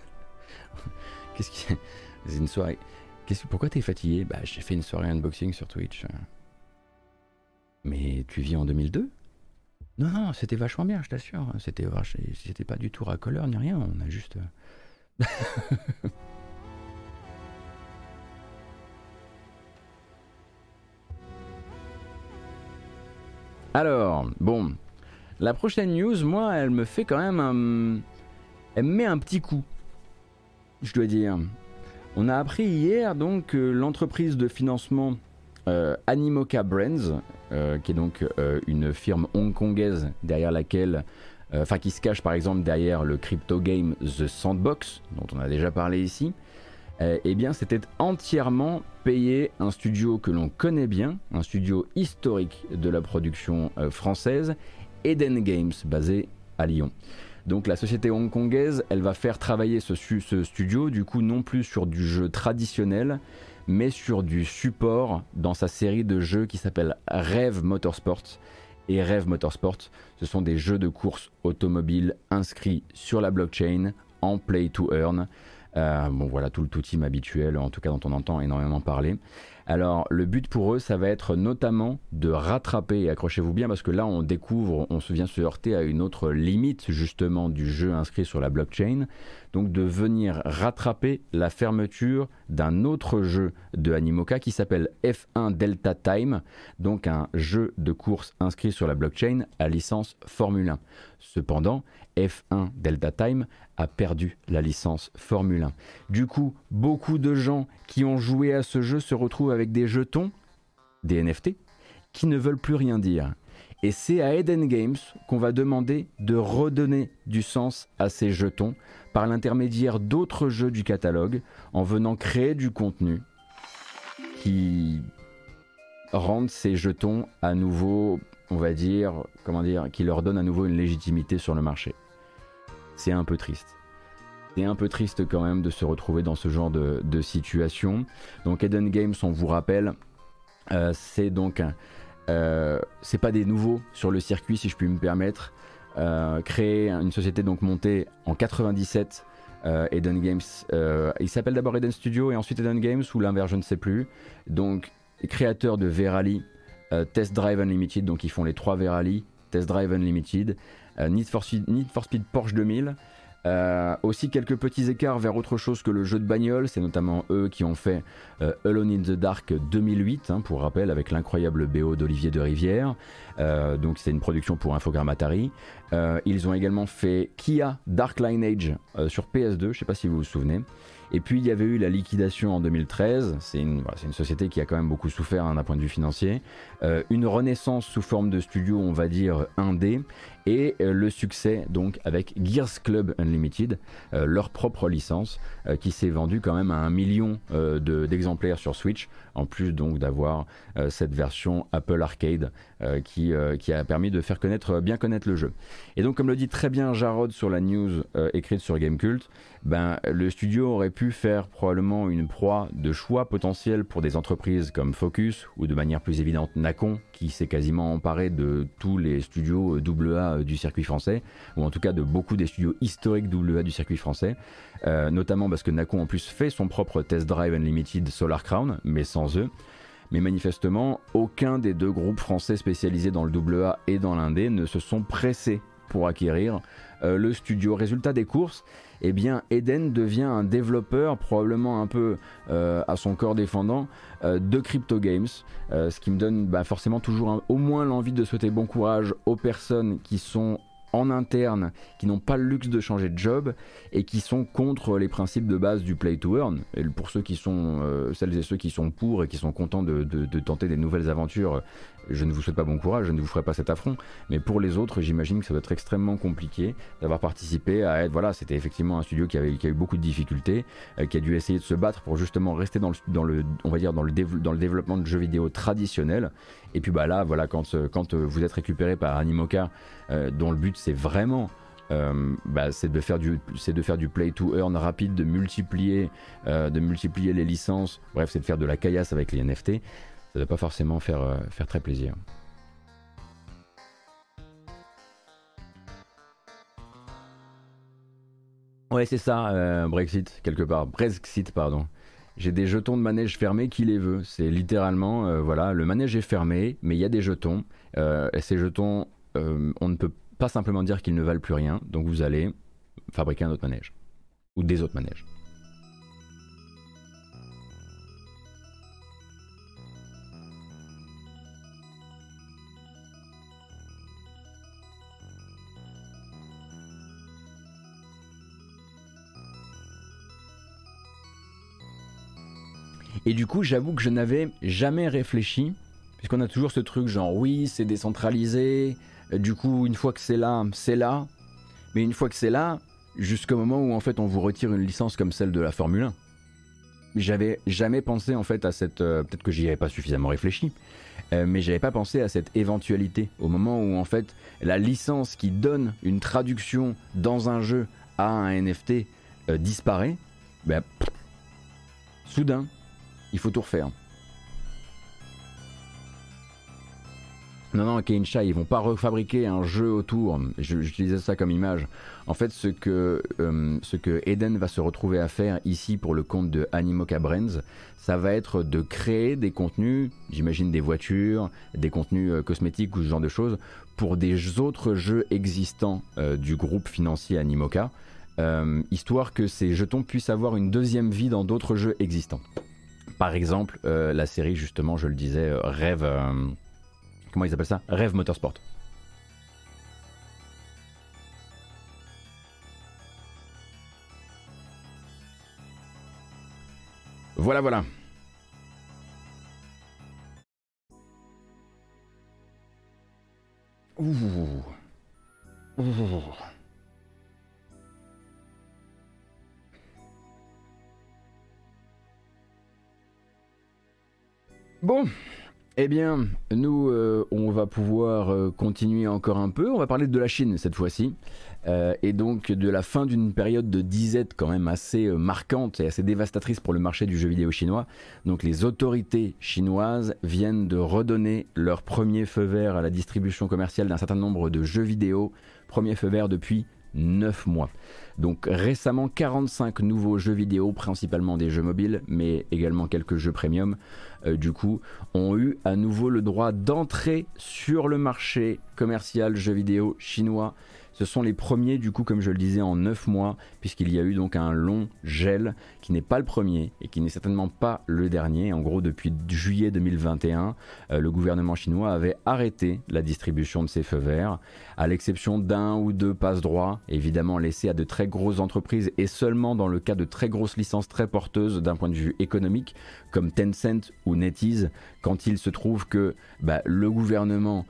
C'est une soirée. Pourquoi t'es fatigué? Bah j'ai fait une soirée unboxing sur Twitch. Mais tu vis en 2002? Non, c'était vachement bien, je t'assure. C'était pas du tout racoleur ni rien, on a juste... Alors, bon, la prochaine news, moi, elle me fait quand même elle me met un petit coup, je dois dire. On a appris hier donc que l'entreprise de financement Animoca Brands, qui est donc une firme hongkongaise derrière laquelle, qui se cache par exemple derrière le crypto game The Sandbox, dont on a déjà parlé ici, eh bien c'était entièrement payé un studio que l'on connaît bien, un studio historique de la production française, Eden Games, basé à Lyon. Donc la société hongkongaise, elle va faire travailler ce studio, du coup non plus sur du jeu traditionnel, mais sur du support dans sa série de jeux qui s'appelle Rêve Motorsport. Et Rêve Motorsport, ce sont des jeux de course automobile inscrits sur la blockchain en play to earn. Bon voilà, tout le team habituel, en tout cas dont on entend énormément parler. Alors le but pour eux, ça va être notamment de rattraper, et accrochez-vous bien parce que là on découvre, on se vient se heurter à une autre limite justement du jeu inscrit sur la blockchain, donc de venir rattraper la fermeture d'un autre jeu de Animoca qui s'appelle F1 Delta Time, donc un jeu de course inscrit sur la blockchain à licence Formule 1. Cependant, F1 Delta Time a perdu la licence Formule 1. Du coup, beaucoup de gens qui ont joué à ce jeu se retrouvent avec des jetons, des NFT, qui ne veulent plus rien dire. Et c'est à Eden Games qu'on va demander de redonner du sens à ces jetons par l'intermédiaire d'autres jeux du catalogue, en venant créer du contenu qui rendent ces jetons à nouveau, on va dire, qui leur donne à nouveau une légitimité sur le marché. C'est un peu triste. C'est un peu triste quand même de se retrouver dans ce genre de situation. Donc Eden Games, on vous rappelle, c'est donc c'est pas des nouveaux sur le circuit, si je puis me permettre. Créé une société donc montée en 97, Eden Games. Il s'appelle d'abord Eden Studio et ensuite Eden Games, ou l'inverse, je ne sais plus. Donc créateur de Verali, Test Drive Unlimited, donc ils font les 3 Verali, Test Drive Unlimited, Need for Speed Porsche 2000. Aussi quelques petits écarts vers autre chose que le jeu de bagnole, c'est notamment eux qui ont fait Alone in the Dark 2008, pour rappel, avec l'incroyable BO d'Olivier de Rivière, donc c'est une production pour Infogrames Atari. Ils ont également fait Kia Dark Lineage sur PS2, je ne sais pas si vous vous souvenez. Et puis il y avait eu la liquidation en 2013, c'est une société qui a quand même beaucoup souffert d'un point de vue financier, une renaissance sous forme de studio, on va dire indé, et le succès donc avec Gears Club Unlimited, leur propre licence, qui s'est vendue quand même à 1 million d'exemplaires sur Switch, en plus donc d'avoir cette version Apple Arcade qui a permis de faire bien connaître le jeu. Et donc comme le dit très bien Jarod sur la news écrite sur Gamecult, le studio aurait pu faire probablement une proie de choix potentiels pour des entreprises comme Focus, ou de manière plus évidente Nacon, qui s'est quasiment emparé de tous les studios AA du circuit français, ou en tout cas de beaucoup des studios historiques AA du circuit français, notamment parce que Nacon en plus fait son propre Test Drive Unlimited Solar Crown, mais sans eux. Mais manifestement, aucun des deux groupes français spécialisés dans le AA et dans l'indé ne se sont pressés pour acquérir le studio. Résultat des courses, eh bien Eden devient un développeur probablement un peu à son corps défendant de crypto games, ce qui me donne forcément toujours au moins l'envie de souhaiter bon courage aux personnes qui sont en interne, qui n'ont pas le luxe de changer de job et qui sont contre les principes de base du play to earn. Et pour ceux qui sont, celles et ceux qui sont pour et qui sont contents de tenter des nouvelles aventures, je ne vous souhaite pas bon courage, je ne vous ferai pas cet affront. Mais pour les autres, j'imagine que ça doit être extrêmement compliqué d'avoir participé à être, voilà, c'était effectivement un studio qui a eu beaucoup de difficultés, qui a dû essayer de se battre pour justement rester dans le développement de jeux vidéo traditionnels. Et puis là, voilà, quand vous êtes récupéré par Animoca, dont le but c'est vraiment c'est de faire du play to earn rapide, de multiplier les licences, bref, c'est de faire de la caillasse avec les NFT, ça ne doit pas forcément faire très plaisir. Ouais, c'est ça, Brexit, quelque part. Brexit, pardon. J'ai des jetons de manège fermés, qui les veut? C'est littéralement, voilà, le manège est fermé, mais il y a des jetons. Et ces jetons, on ne peut pas simplement dire qu'ils ne valent plus rien, donc vous allez fabriquer un autre manège. Ou des autres manèges. Et du coup, j'avoue que je n'avais jamais réfléchi, puisqu'on a toujours ce truc genre oui, c'est décentralisé, du coup, une fois que c'est là, c'est là. Mais une fois que c'est là, jusqu'au moment où en fait on vous retire une licence comme celle de la Formule 1. J'avais jamais pensé en fait à cette... peut-être que j'y avais pas suffisamment réfléchi, mais j'avais pas pensé à cette éventualité. Au moment où en fait la licence qui donne une traduction dans un jeu à un NFT disparaît, ben, soudain, il faut tout refaire. Non, Keinsha, ils vont pas refabriquer un jeu autour. J'utilisais ça comme image. En fait, ce que Eden va se retrouver à faire ici pour le compte de Animoca Brands, ça va être de créer des contenus, j'imagine des voitures, des contenus cosmétiques ou ce genre de choses, pour des autres jeux existants du groupe financier Animoca, histoire que ces jetons puissent avoir une deuxième vie dans d'autres jeux existants. Par exemple, la série, justement, je le disais, Rêve... comment ils appellent ça? Rêve Motorsport. Voilà, voilà. Ouh. Ouh. Bon. Eh bien, nous, on va pouvoir continuer encore un peu. On va parler de la Chine cette fois-ci. Et donc de la fin d'une période de disette quand même assez marquante et assez dévastatrice pour le marché du jeu vidéo chinois. Donc les autorités chinoises viennent de redonner leur premier feu vert à la distribution commerciale d'un certain nombre de jeux vidéo. Premier feu vert depuis 9 mois. Donc récemment 45 nouveaux jeux vidéo, principalement des jeux mobiles, mais également quelques jeux premium, du coup, ont eu à nouveau le droit d'entrer sur le marché commercial jeux vidéo chinois. Ce sont les premiers, du coup, comme je le disais, en 9 mois, puisqu'il y a eu donc un long gel qui n'est pas le premier et qui n'est certainement pas le dernier. En gros, depuis juillet 2021, le gouvernement chinois avait arrêté la distribution de ces feux verts, à l'exception d'un ou deux passe-droits, évidemment laissés à de très grosses entreprises et seulement dans le cas de très grosses licences très porteuses d'un point de vue économique, comme Tencent ou NetEase, quand il se trouve que le gouvernement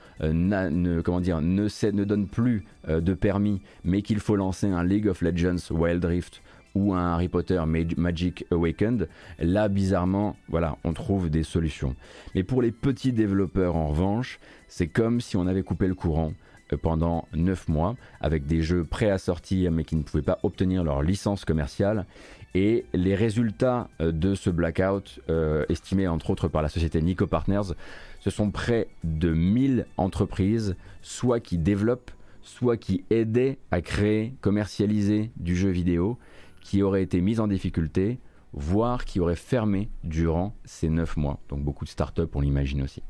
ne donne plus de permis, mais qu'il faut lancer un League of Legends Wild Rift ou un Harry Potter Magic Awakened, là bizarrement, voilà, on trouve des solutions. Mais pour les petits développeurs en revanche, c'est comme si on avait coupé le courant pendant 9 mois, avec des jeux prêts à sortir mais qui ne pouvaient pas obtenir leur licence commerciale. Et les résultats de ce blackout, estimés entre autres par la société Nico Partners, ce sont près de 1000 entreprises, soit qui développent, soit qui aidaient à créer, commercialiser du jeu vidéo, qui auraient été mises en difficulté, voire qui auraient fermé durant ces 9 mois. Donc beaucoup de startups, on l'imagine aussi.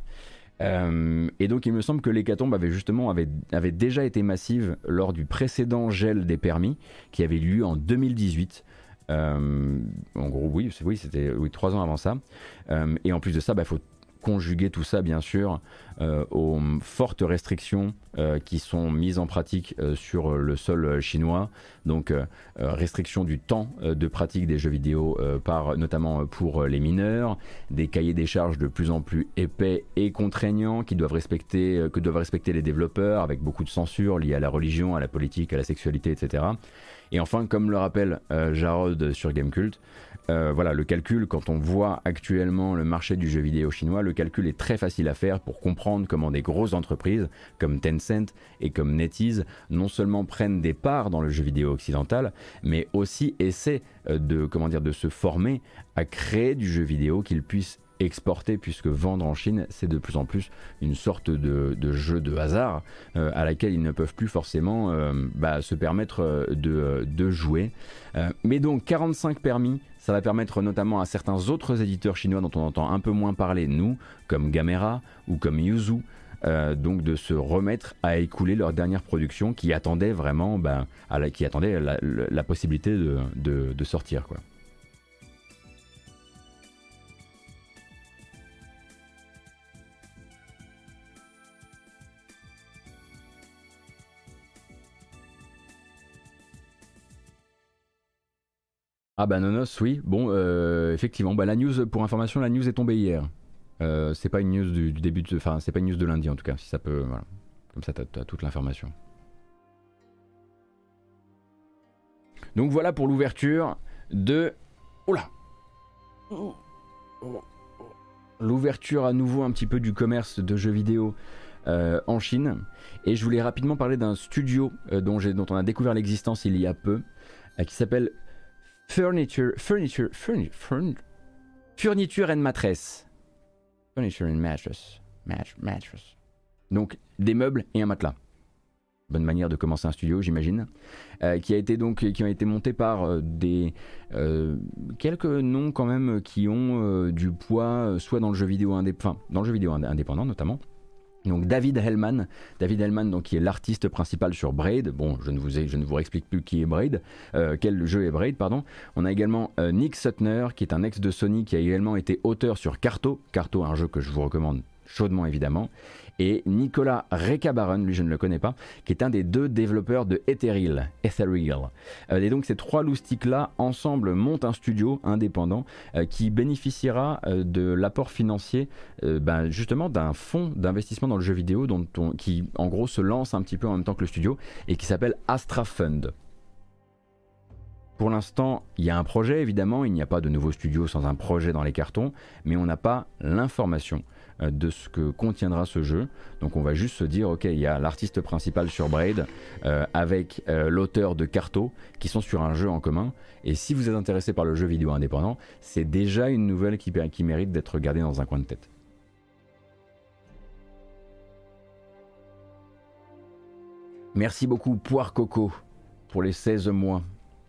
Et donc il me semble que l'hécatombe avait déjà été massive lors du précédent gel des permis, qui avait eu lieu en 2018. En gros, c'était 3 ans avant ça. Et en plus de ça, il faut conjuguer tout ça, bien sûr, aux fortes restrictions qui sont mises en pratique sur le sol chinois. Donc, restriction du temps de pratique des jeux vidéo, notamment pour les mineurs, des cahiers des charges de plus en plus épais et contraignants que doivent respecter les développeurs, avec beaucoup de censure liée à la religion, à la politique, à la sexualité, etc. Et enfin, comme le rappelle Jarod sur Gamecult, voilà, le calcul, quand on voit actuellement le marché du jeu vidéo chinois, le calcul est très facile à faire pour comprendre comment des grosses entreprises comme Tencent et comme NetEase non seulement prennent des parts dans le jeu vidéo occidental, mais aussi essaient de se former à créer du jeu vidéo qu'ils puissent exporter, puisque vendre en Chine, c'est de plus en plus une sorte de jeu de hasard à laquelle ils ne peuvent plus forcément se permettre de jouer. Mais donc 45 permis, ça va permettre notamment à certains autres éditeurs chinois dont on entend un peu moins parler, nous, comme Gamera ou comme Yuzu, donc de se remettre à écouler leur dernière production qui attendait vraiment la possibilité de sortir, quoi. Ah bah Nonos, oui. Bon, effectivement, bah, la news, pour information, la news est tombée hier. C'est pas une news du début, enfin c'est pas une news de lundi en tout cas, si ça peut, voilà. Comme ça t'as toute l'information. Donc voilà pour l'ouverture de... Oula, l'ouverture à nouveau un petit peu du commerce de jeux vidéo en Chine. Et je voulais rapidement parler d'un studio dont on a découvert l'existence il y a peu, qui s'appelle Furniture and Mattress. Furniture and Mattress. Donc des meubles et un matelas. Bonne manière de commencer un studio, j'imagine. Qui ont été montés par quelques noms quand même qui ont du poids, soit dans le jeu vidéo indépendant notamment. Donc David Hellman, donc, qui est l'artiste principal sur Braid. Bon, je ne vous explique plus qui est Braid, quel jeu est Braid, pardon. On a également Nick Sutner, qui est un ex de Sony, qui a également été auteur sur Carto, un jeu que je vous recommande chaudement évidemment. Et Nicolas Recabarren, lui je ne le connais pas, qui est un des 2 développeurs de Ethereal. Et donc ces 3 loustiques-là, ensemble, montent un studio indépendant qui bénéficiera de l'apport financier justement d'un fonds d'investissement dans le jeu vidéo qui en gros se lance un petit peu en même temps que le studio et qui s'appelle Astra Fund. Pour l'instant, il y a un projet évidemment, il n'y a pas de nouveau studio sans un projet dans les cartons, mais on n'a pas l'information de ce que contiendra ce jeu. Donc on va juste se dire, ok, il y a l'artiste principal sur Braid avec l'auteur de Carto qui sont sur un jeu en commun. Et si vous êtes intéressé par le jeu vidéo indépendant, c'est déjà une nouvelle qui mérite d'être gardée dans un coin de tête. Merci beaucoup Poire Coco pour les 16 mois.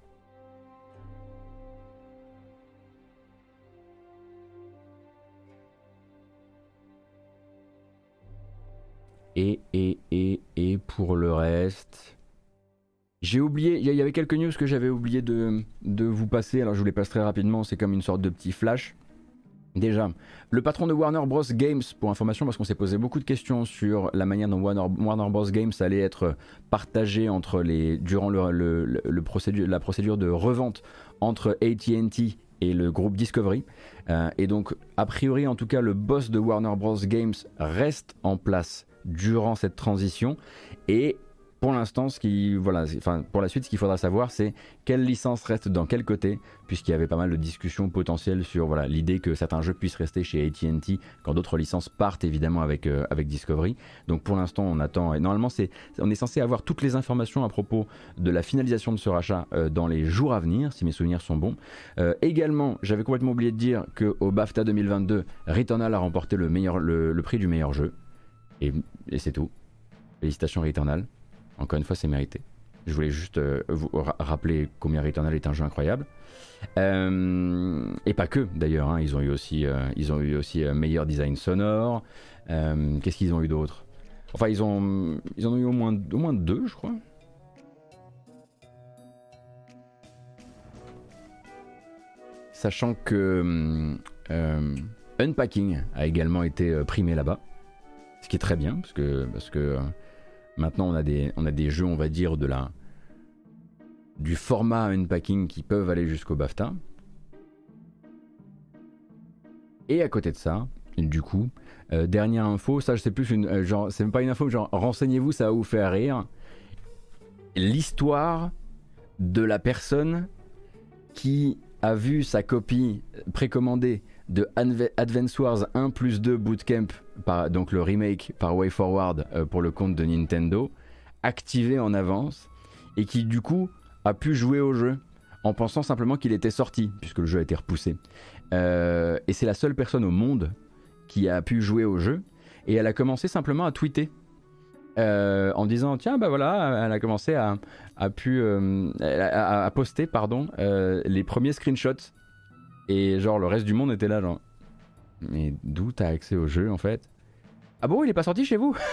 Et pour le reste, j'ai oublié, il y avait quelques news que j'avais oublié de vous passer, alors je vous les passe très rapidement, c'est comme une sorte de petit flash. Déjà, le patron de Warner Bros Games, pour information, parce qu'on s'est posé beaucoup de questions sur la manière dont Warner Bros Games allait être partagé durant la procédure de revente entre AT&T et le groupe Discovery. Et donc, a priori, en tout cas, le boss de Warner Bros Games reste en place durant cette transition. Et pour l'instant, pour la suite, ce qu'il faudra savoir, c'est quelle licence reste dans quel côté, puisqu'il y avait pas mal de discussions potentielles sur l'idée que certains jeux puissent rester chez AT&T quand d'autres licences partent évidemment avec Discovery. Donc pour l'instant, on attend. Et normalement, on est censé avoir toutes les informations à propos de la finalisation de ce rachat dans les jours à venir, si mes souvenirs sont bons. Également, j'avais complètement oublié de dire qu'au BAFTA 2022, Returnal a remporté le prix du meilleur jeu. Et c'est tout. Félicitations Returnal. Encore une fois, c'est mérité. Je voulais juste vous rappeler combien Returnal est un jeu incroyable. Et pas que, d'ailleurs. Hein. Ils ont eu aussi meilleur design sonore. Qu'est-ce qu'ils ont eu d'autre? Enfin, ils en ont eu au moins 2, je crois. Sachant que Unpacking a également été primé là-bas. Ce qui est très bien, parce que maintenant on a des jeux, on va dire, du format Unpacking qui peuvent aller jusqu'au BAFTA. Et à côté de ça, du coup, dernière info, ça c'est plus c'est même pas une info, genre renseignez-vous, ça va vous faire rire. L'histoire de la personne qui a vu sa copie précommandée de Advance Wars 1+2 Bootcamp, donc le remake par WayForward pour le compte de Nintendo, activé en avance, et qui du coup a pu jouer au jeu en pensant simplement qu'il était sorti, puisque le jeu a été repoussé. Et c'est la seule personne au monde qui a pu jouer au jeu, et elle a commencé simplement à tweeter. En disant tiens bah voilà, elle a commencé à poster les premiers screenshots, et genre le reste du monde était là genre mais d'où t'as accès au jeu en fait? Ah bon, il est pas sorti chez vous?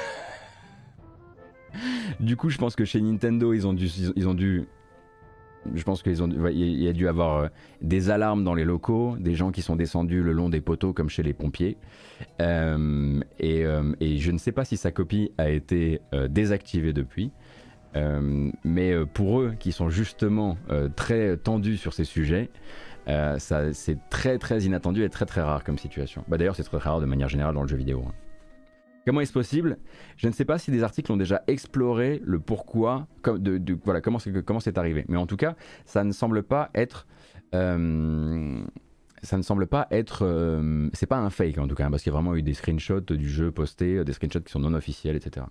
Du coup je pense que chez Nintendo il y a dû avoir des alarmes dans les locaux, des gens qui sont descendus le long des poteaux comme chez les pompiers, et je ne sais pas si sa copie a été désactivée depuis, Mais pour eux qui sont justement très tendus sur ces sujets, c'est très très inattendu et très très rare comme situation. Bah, d'ailleurs c'est très très rare de manière générale dans le jeu vidéo. Hein. Comment est-ce possible? Je ne sais pas si des articles ont déjà exploré le pourquoi, voilà, comment c'est arrivé. Mais en tout cas, ça ne semble pas être... c'est pas un fake en tout cas, hein, parce qu'il y a vraiment eu des screenshots du jeu postés, des screenshots qui sont non officiels, etc.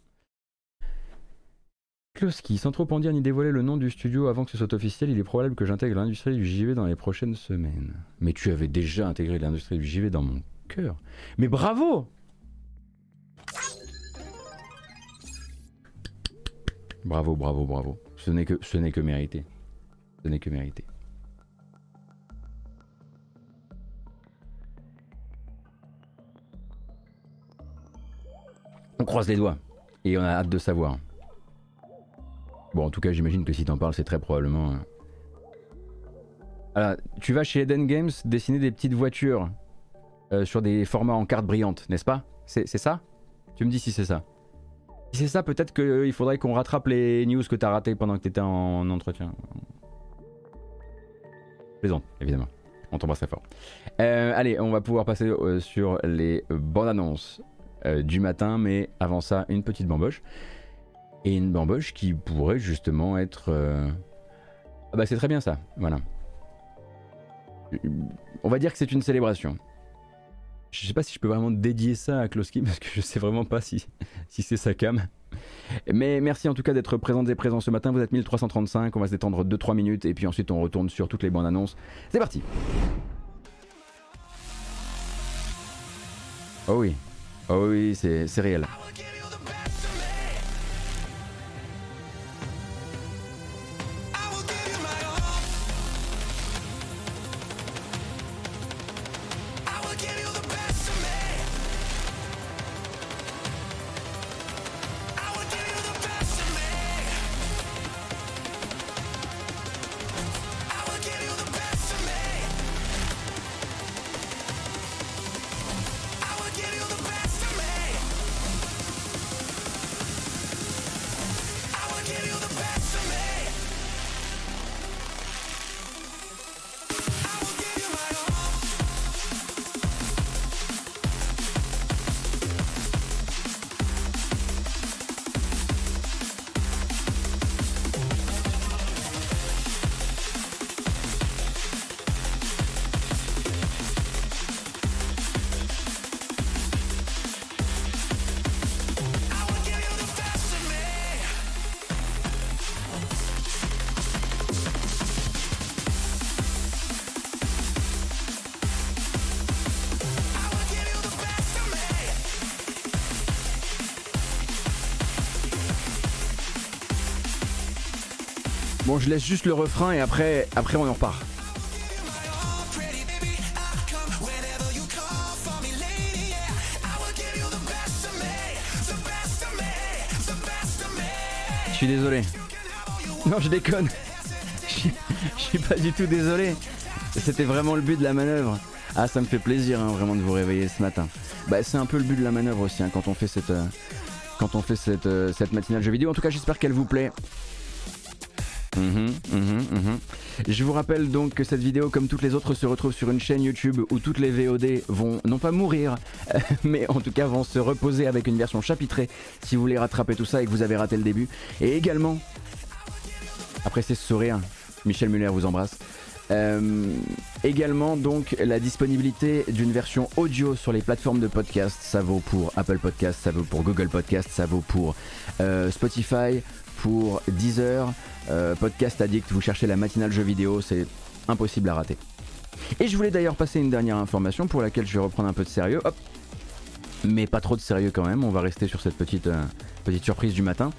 Kloski, sans trop en dire ni dévoiler le nom du studio avant que ce soit officiel, il est probable que j'intègre l'industrie du JV dans les prochaines semaines. Mais tu avais déjà intégré l'industrie du JV dans mon cœur. Mais bravo! Bravo, bravo, bravo. Ce n'est que mérité. Ce n'est que mérité. On croise les doigts. Et on a hâte de savoir. Bon, en tout cas, j'imagine que si t'en parles, c'est très probablement... Alors, tu vas chez Eden Games dessiner des petites voitures sur des formats en cartes brillantes, n'est-ce pas? C'est ça? Tu me dis si c'est ça. Si c'est ça, peut-être qu'il faudrait qu'on rattrape les news que t'as ratées pendant que t'étais en entretien. Plaisante, évidemment. On t'embrasse très fort. Allez, on va pouvoir passer sur les bandes annonces du matin, mais avant ça, une petite bamboche. Et une bamboche qui pourrait justement être... Ah bah c'est très bien ça, voilà. On va dire que c'est une célébration. Je sais pas si je peux vraiment dédier ça à Kloski parce que je sais vraiment pas si c'est sa cam. Mais merci en tout cas d'être présentes et présents ce matin. Vous êtes 1335, on va se détendre 2-3 minutes et puis ensuite on retourne sur toutes les bandes annonces. C'est parti. Oh oui, c'est réel. Bon, je laisse juste le refrain et après on en repart. Je suis désolé. Non, je déconne. Je suis pas du tout désolé. C'était vraiment le but de la manœuvre. Ah, ça me fait plaisir hein, vraiment de vous réveiller ce matin. Bah, c'est un peu le but de la manœuvre aussi hein, quand on fait cette matinale jeux vidéo. En tout cas, j'espère qu'elle vous plaît. Je vous rappelle donc que cette vidéo, comme toutes les autres, se retrouve sur une chaîne YouTube où toutes les VOD vont non pas mourir, mais en tout cas vont se reposer avec une version chapitrée si vous voulez rattraper tout ça et que vous avez raté le début. Et également, après c'est ce sourire, Michel Muller vous embrasse. Également donc la disponibilité d'une version audio sur les plateformes de podcast. Ça vaut pour Apple Podcast, ça vaut pour Google Podcast, ça vaut pour Spotify, pour Deezer, Podcast Addict. Vous cherchez la matinale jeux vidéo, c'est impossible à rater. Et je voulais d'ailleurs passer une dernière information pour laquelle je vais reprendre un peu de sérieux. Hop. Mais pas trop de sérieux quand même, on va rester sur cette petite surprise du matin.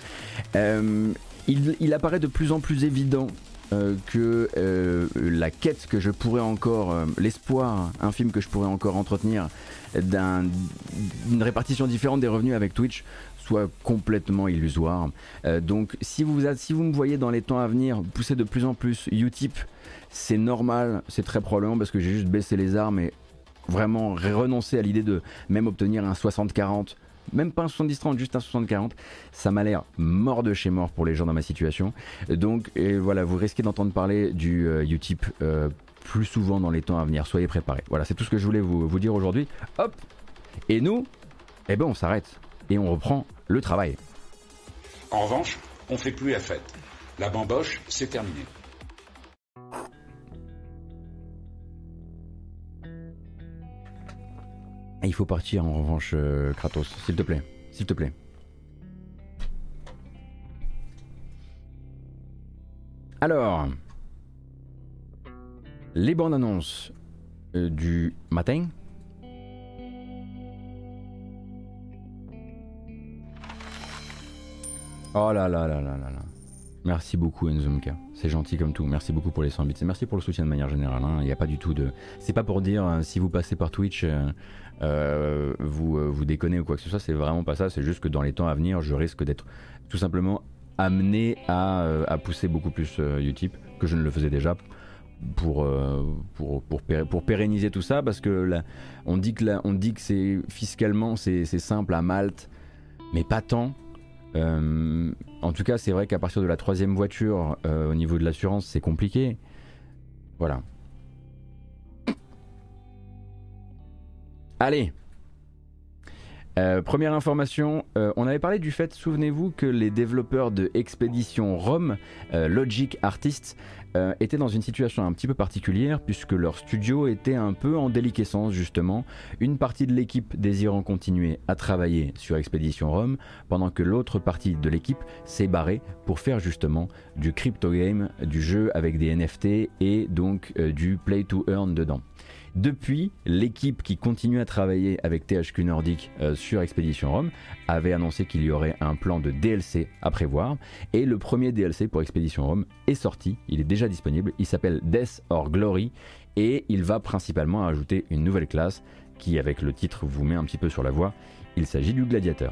Il apparaît de plus en plus évident que la quête que je pourrais encore, l'espoir infime que je pourrais encore entretenir d'une répartition différente des revenus avec Twitch soit complètement illusoire. Donc si vous me voyez dans les temps à venir pousser de plus en plus Utip, c'est normal, c'est très probablement parce que j'ai juste baissé les armes et vraiment renoncé à l'idée de même obtenir un 60-40 même pas un 70-30, juste un 60-40. Ça m'a l'air mort de chez mort pour les gens dans ma situation. Donc voilà, vous risquez d'entendre parler du Utip plus souvent dans les temps à venir. Soyez préparés. Voilà, c'est tout ce que je voulais vous dire aujourd'hui. Hop. Et nous, eh ben on s'arrête et on reprend le travail. En revanche, on fait plus la fête. La bamboche, c'est terminé. Il faut partir en revanche, Kratos, s'il te plaît. S'il te plaît. Alors, les bandes annonces du matin. Oh là là là là là là. Merci beaucoup Enzumka, c'est gentil comme tout. Merci beaucoup pour les 100 bits et merci pour le soutien de manière générale. Il n'y a pas du tout de... C'est pas pour dire si vous passez par Twitch, vous déconnez ou quoi que ce soit. C'est vraiment pas ça. C'est juste que dans les temps à venir, je risque d'être tout simplement amené à pousser beaucoup plus Utip que je ne le faisais déjà pour pérenniser tout ça, parce que là, on dit que c'est fiscalement c'est simple à Malte, mais pas tant. En tout cas, c'est vrai qu'à partir de la 3e voiture, au niveau de l'assurance, c'est compliqué. Voilà. Allez. Première information, on avait parlé du fait, souvenez-vous, que les développeurs de Expedition Rome, Logic Artists, étaient dans une situation un petit peu particulière puisque leur studio était un peu en déliquescence justement, une partie de l'équipe désirant continuer à travailler sur Expedition Rome pendant que l'autre partie de l'équipe s'est barrée pour faire justement du crypto game, du jeu avec des NFT et donc du play to earn dedans. Depuis, l'équipe qui continue à travailler avec THQ Nordic sur Expedition Rome avait annoncé qu'il y aurait un plan de DLC à prévoir, et le premier DLC pour Expedition Rome est sorti, il est déjà disponible, il s'appelle Death or Glory et il va principalement ajouter une nouvelle classe qui, avec le titre, vous met un petit peu sur la voie. Il s'agit du gladiateur.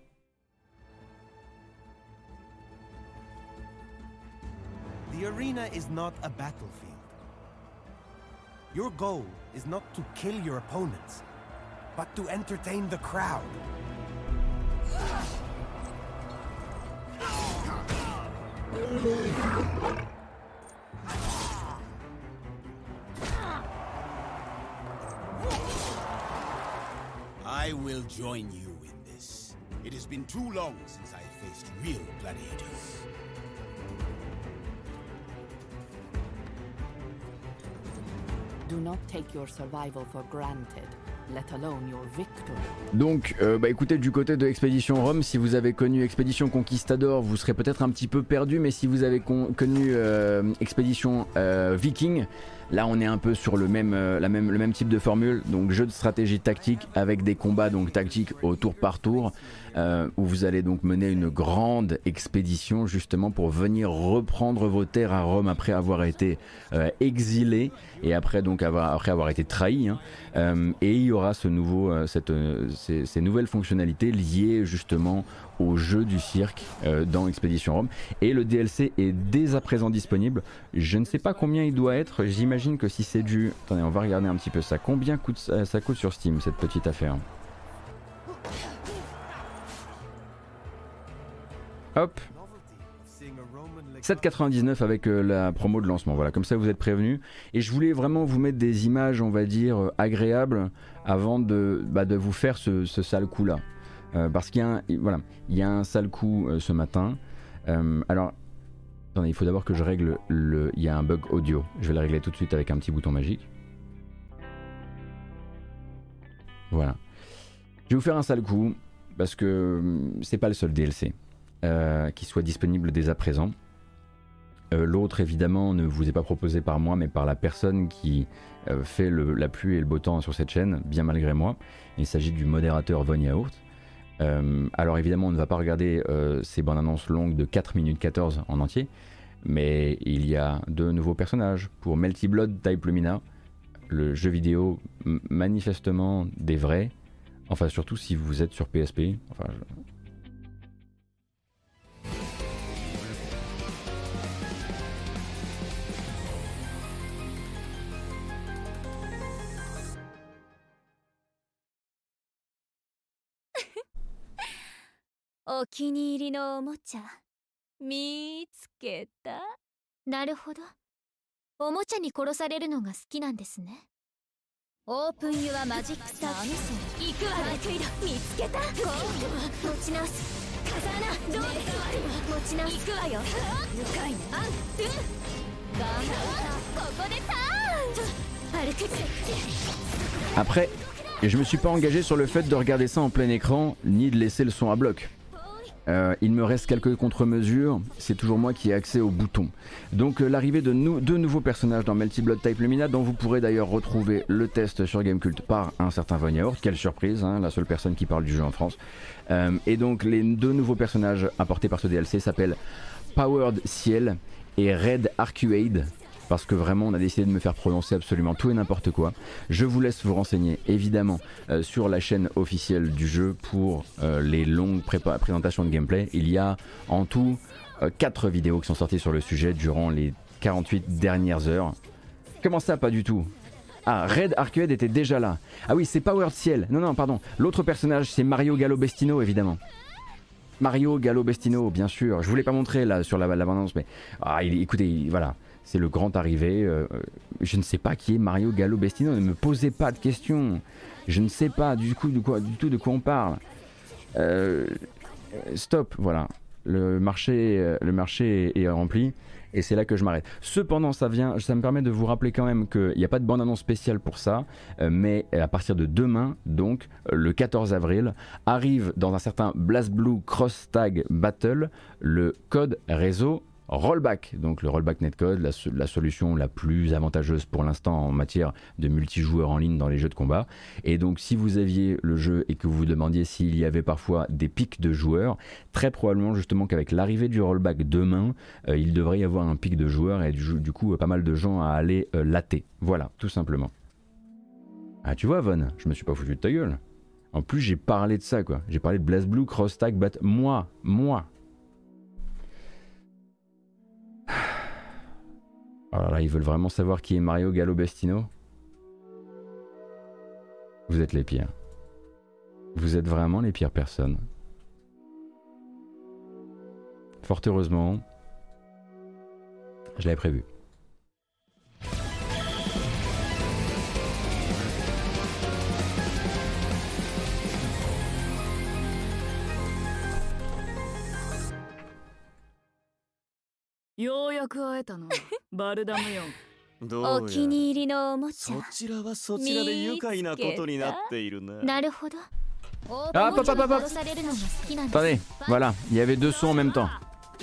The arena is not a battlefield. Your goal is not to kill your opponents, but to entertain the crowd. I will join you in this. It has been too long since I faced real gladiators. Do not take your survival for granted, let alone your victory. Donc, écoutez, du côté de Expedition Rome, si vous avez connu Expedition Conquistador, vous serez peut-être un petit peu perdu, mais si vous avez connu Expedition Viking, là on est un peu sur le même type de formule, donc jeu de stratégie tactique avec des combats donc tactiques au tour par tour, où vous allez donc mener une grande expédition justement pour venir reprendre vos terres à Rome après avoir été exilé et après avoir été trahi, hein. Et il y aura ces nouvelles fonctionnalités liées justement au jeu du cirque dans Expedition Rome, et le DLC est dès à présent disponible. Je ne sais pas combien il doit être, j'imagine que si c'est du... Attendez, on va regarder un petit peu ça. Combien ça coûte sur Steam cette petite affaire? Hop, 7,99 avec la promo de lancement, voilà, comme ça vous êtes prévenus. Et je voulais vraiment vous mettre des images, on va dire, agréables avant de vous faire ce sale coup là. Parce qu'il y a un sale coup ce matin. Alors, attendez, il faut d'abord que je règle il y a un bug audio. Je vais le régler tout de suite avec un petit bouton magique. Voilà. Je vais vous faire un sale coup parce que c'est pas le seul DLC qui soit disponible dès à présent. L'autre évidemment ne vous est pas proposé par moi mais par la personne qui fait la pluie et le beau temps sur cette chaîne, bien malgré moi. Il s'agit du modérateur Von Yaourt. Alors évidemment on ne va pas regarder ces bandes annonces longues de 4 minutes 14 en entier, mais il y a de nouveaux personnages pour Melty Blood Type Lumina, le jeu vidéo manifestement des vrais, enfin surtout si vous êtes sur PSP, enfin お気に入りのおもちゃ見つけた。なるほど。おもちゃに殺されるのが好きなんですね。オープンユアマジックサービス。行くわね。見つけた。持ち直す。風穴どうぞ。持ち直す。行くわよ。深いね。アンドゥ頑張った。ここでターン。歩く。 Après, je me suis pas engagé sur le fait de regarder ça en plein écran, ni de laisser le son à bloc. Il me reste quelques contre-mesures, c'est toujours moi qui ai accès aux boutons. Donc l'arrivée de deux nouveaux personnages dans Melty Blood Type Lumina, dont vous pourrez d'ailleurs retrouver le test sur Gamecult par un certain Von Yaourt, quelle surprise, hein, la seule personne qui parle du jeu en France. Et donc les deux nouveaux personnages apportés par ce DLC s'appellent Powered Ciel et Red Arcuade. Parce que vraiment on a décidé de me faire prononcer absolument tout et n'importe quoi. Je vous laisse vous renseigner évidemment sur la chaîne officielle du jeu pour les longues présentations de gameplay. Il y a en tout 4 vidéos qui sont sorties sur le sujet durant les 48 dernières heures. Comment ça, pas du tout? Ah, Red Arcuade était déjà là. Ah oui, c'est Powered Ciel. Non, pardon. L'autre personnage, c'est Mario Gallo-Bestino évidemment. Mario Gallo-Bestino, bien sûr. Je vous l'ai pas montré là sur la bande-annonce, mais écoutez, voilà. C'est le grand arrivé. Je ne sais pas qui est Mario Gallo-Bestino. Ne me posez pas de questions. Je ne sais pas du tout de quoi on parle. Stop, voilà. Le marché est rempli et c'est là que je m'arrête. Cependant, ça me permet de vous rappeler quand même qu'il n'y a pas de bande-annonce spéciale pour ça, mais à partir de demain, donc le 14 avril, arrive dans un certain BlazBlue Cross Tag Battle le code réseau Rollback, donc le Rollback Netcode, la solution la plus avantageuse pour l'instant en matière de multijoueur en ligne dans les jeux de combat. Et donc si vous aviez le jeu et que vous vous demandiez s'il y avait parfois des pics de joueurs, très probablement justement qu'avec l'arrivée du Rollback demain, il devrait y avoir un pic de joueurs et du coup pas mal de gens à aller latter. Voilà, tout simplement. Ah tu vois Von, je me suis pas foutu de ta gueule. En plus j'ai parlé de ça quoi, j'ai parlé de BlazBlue Cross Tag Battle, moi. Alors là, ils veulent vraiment savoir qui est Mario Gallo-Bestino. Vous êtes les pires. Vous êtes vraiment les pires personnes. Fort heureusement, je l'avais prévu. お気に入りのおもちゃ。そちらはそちらで愉快なことになっているな。なるほど。 Ah, hop. Attendez, voilà, il y avait deux sons en même temps.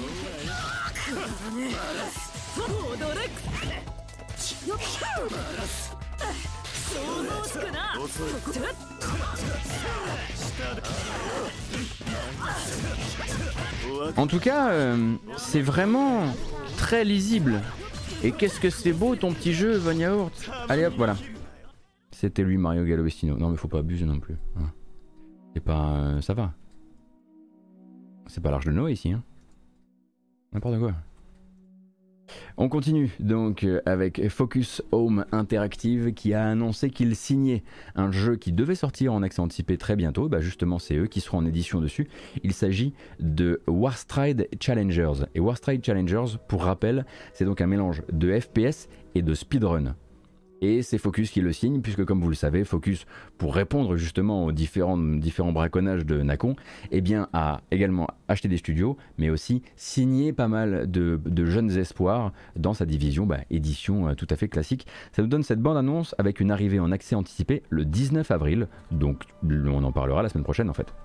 En tout cas, c'est vraiment très lisible. Et qu'est-ce que c'est beau ton petit jeu, Von Yaourt. Allez hop, voilà. C'était lui, Mario Gallo-Bestino. Non mais faut pas abuser non plus. C'est pas... ça va. C'est pas l'Arche de Noé ici. Hein. N'importe quoi. On continue donc avec Focus Home Interactive qui a annoncé qu'il signait un jeu qui devait sortir en accès anticipé très bientôt. Bah justement c'est eux qui seront en édition dessus. Il s'agit de Warstride Challengers. Et Warstride Challengers, pour rappel, c'est donc un mélange de FPS et de speedrun. Et c'est Focus qui le signe, puisque comme vous le savez, Focus, pour répondre justement aux différents braconnages de Nacon, eh bien, a également acheté des studios, mais aussi signé pas mal de jeunes espoirs dans sa division édition tout à fait classique. Ça nous donne cette bande-annonce avec une arrivée en accès anticipé le 19 avril, donc on en parlera la semaine prochaine en fait.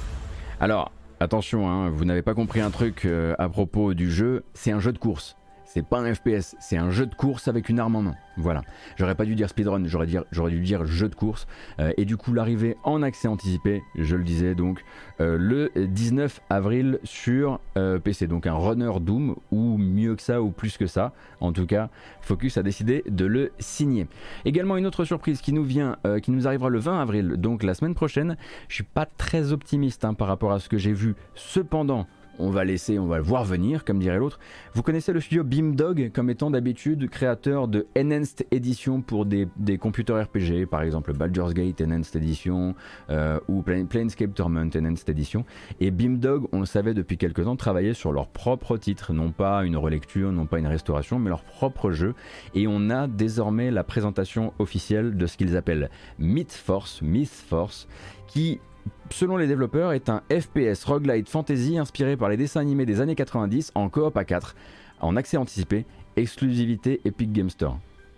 Alors, attention, hein, vous n'avez pas compris un truc à propos du jeu, c'est un jeu de course. C'est pas un FPS, c'est un jeu de course avec une arme en main. Voilà. J'aurais pas dû dire speedrun, j'aurais dû dire jeu de course. Et du coup, l'arrivée en accès anticipé, je le disais donc, le 19 avril sur PC. Donc un runner Doom, ou mieux que ça, ou plus que ça. En tout cas, Focus a décidé de le signer. Également une autre surprise qui nous arrivera le 20 avril, donc la semaine prochaine. Je suis pas très optimiste par rapport à ce que j'ai vu. Cependant, on va le voir venir, comme dirait l'autre. Vous connaissez le studio Beamdog comme étant d'habitude créateur de Enhanced Edition pour des computers RPG, par exemple Baldur's Gate Enhanced Edition ou Planescape Torment Enhanced Edition. Et Beamdog, on le savait depuis quelques temps, travaillait sur leur propre titre, non pas une relecture, non pas une restauration, mais leur propre jeu. Et on a désormais la présentation officielle de ce qu'ils appellent Mythforce, qui, selon les développeurs, est un FPS roguelite fantasy inspiré par les dessins animés des années 90 en coop à 4, en accès anticipé, exclusivité Epic Game Store.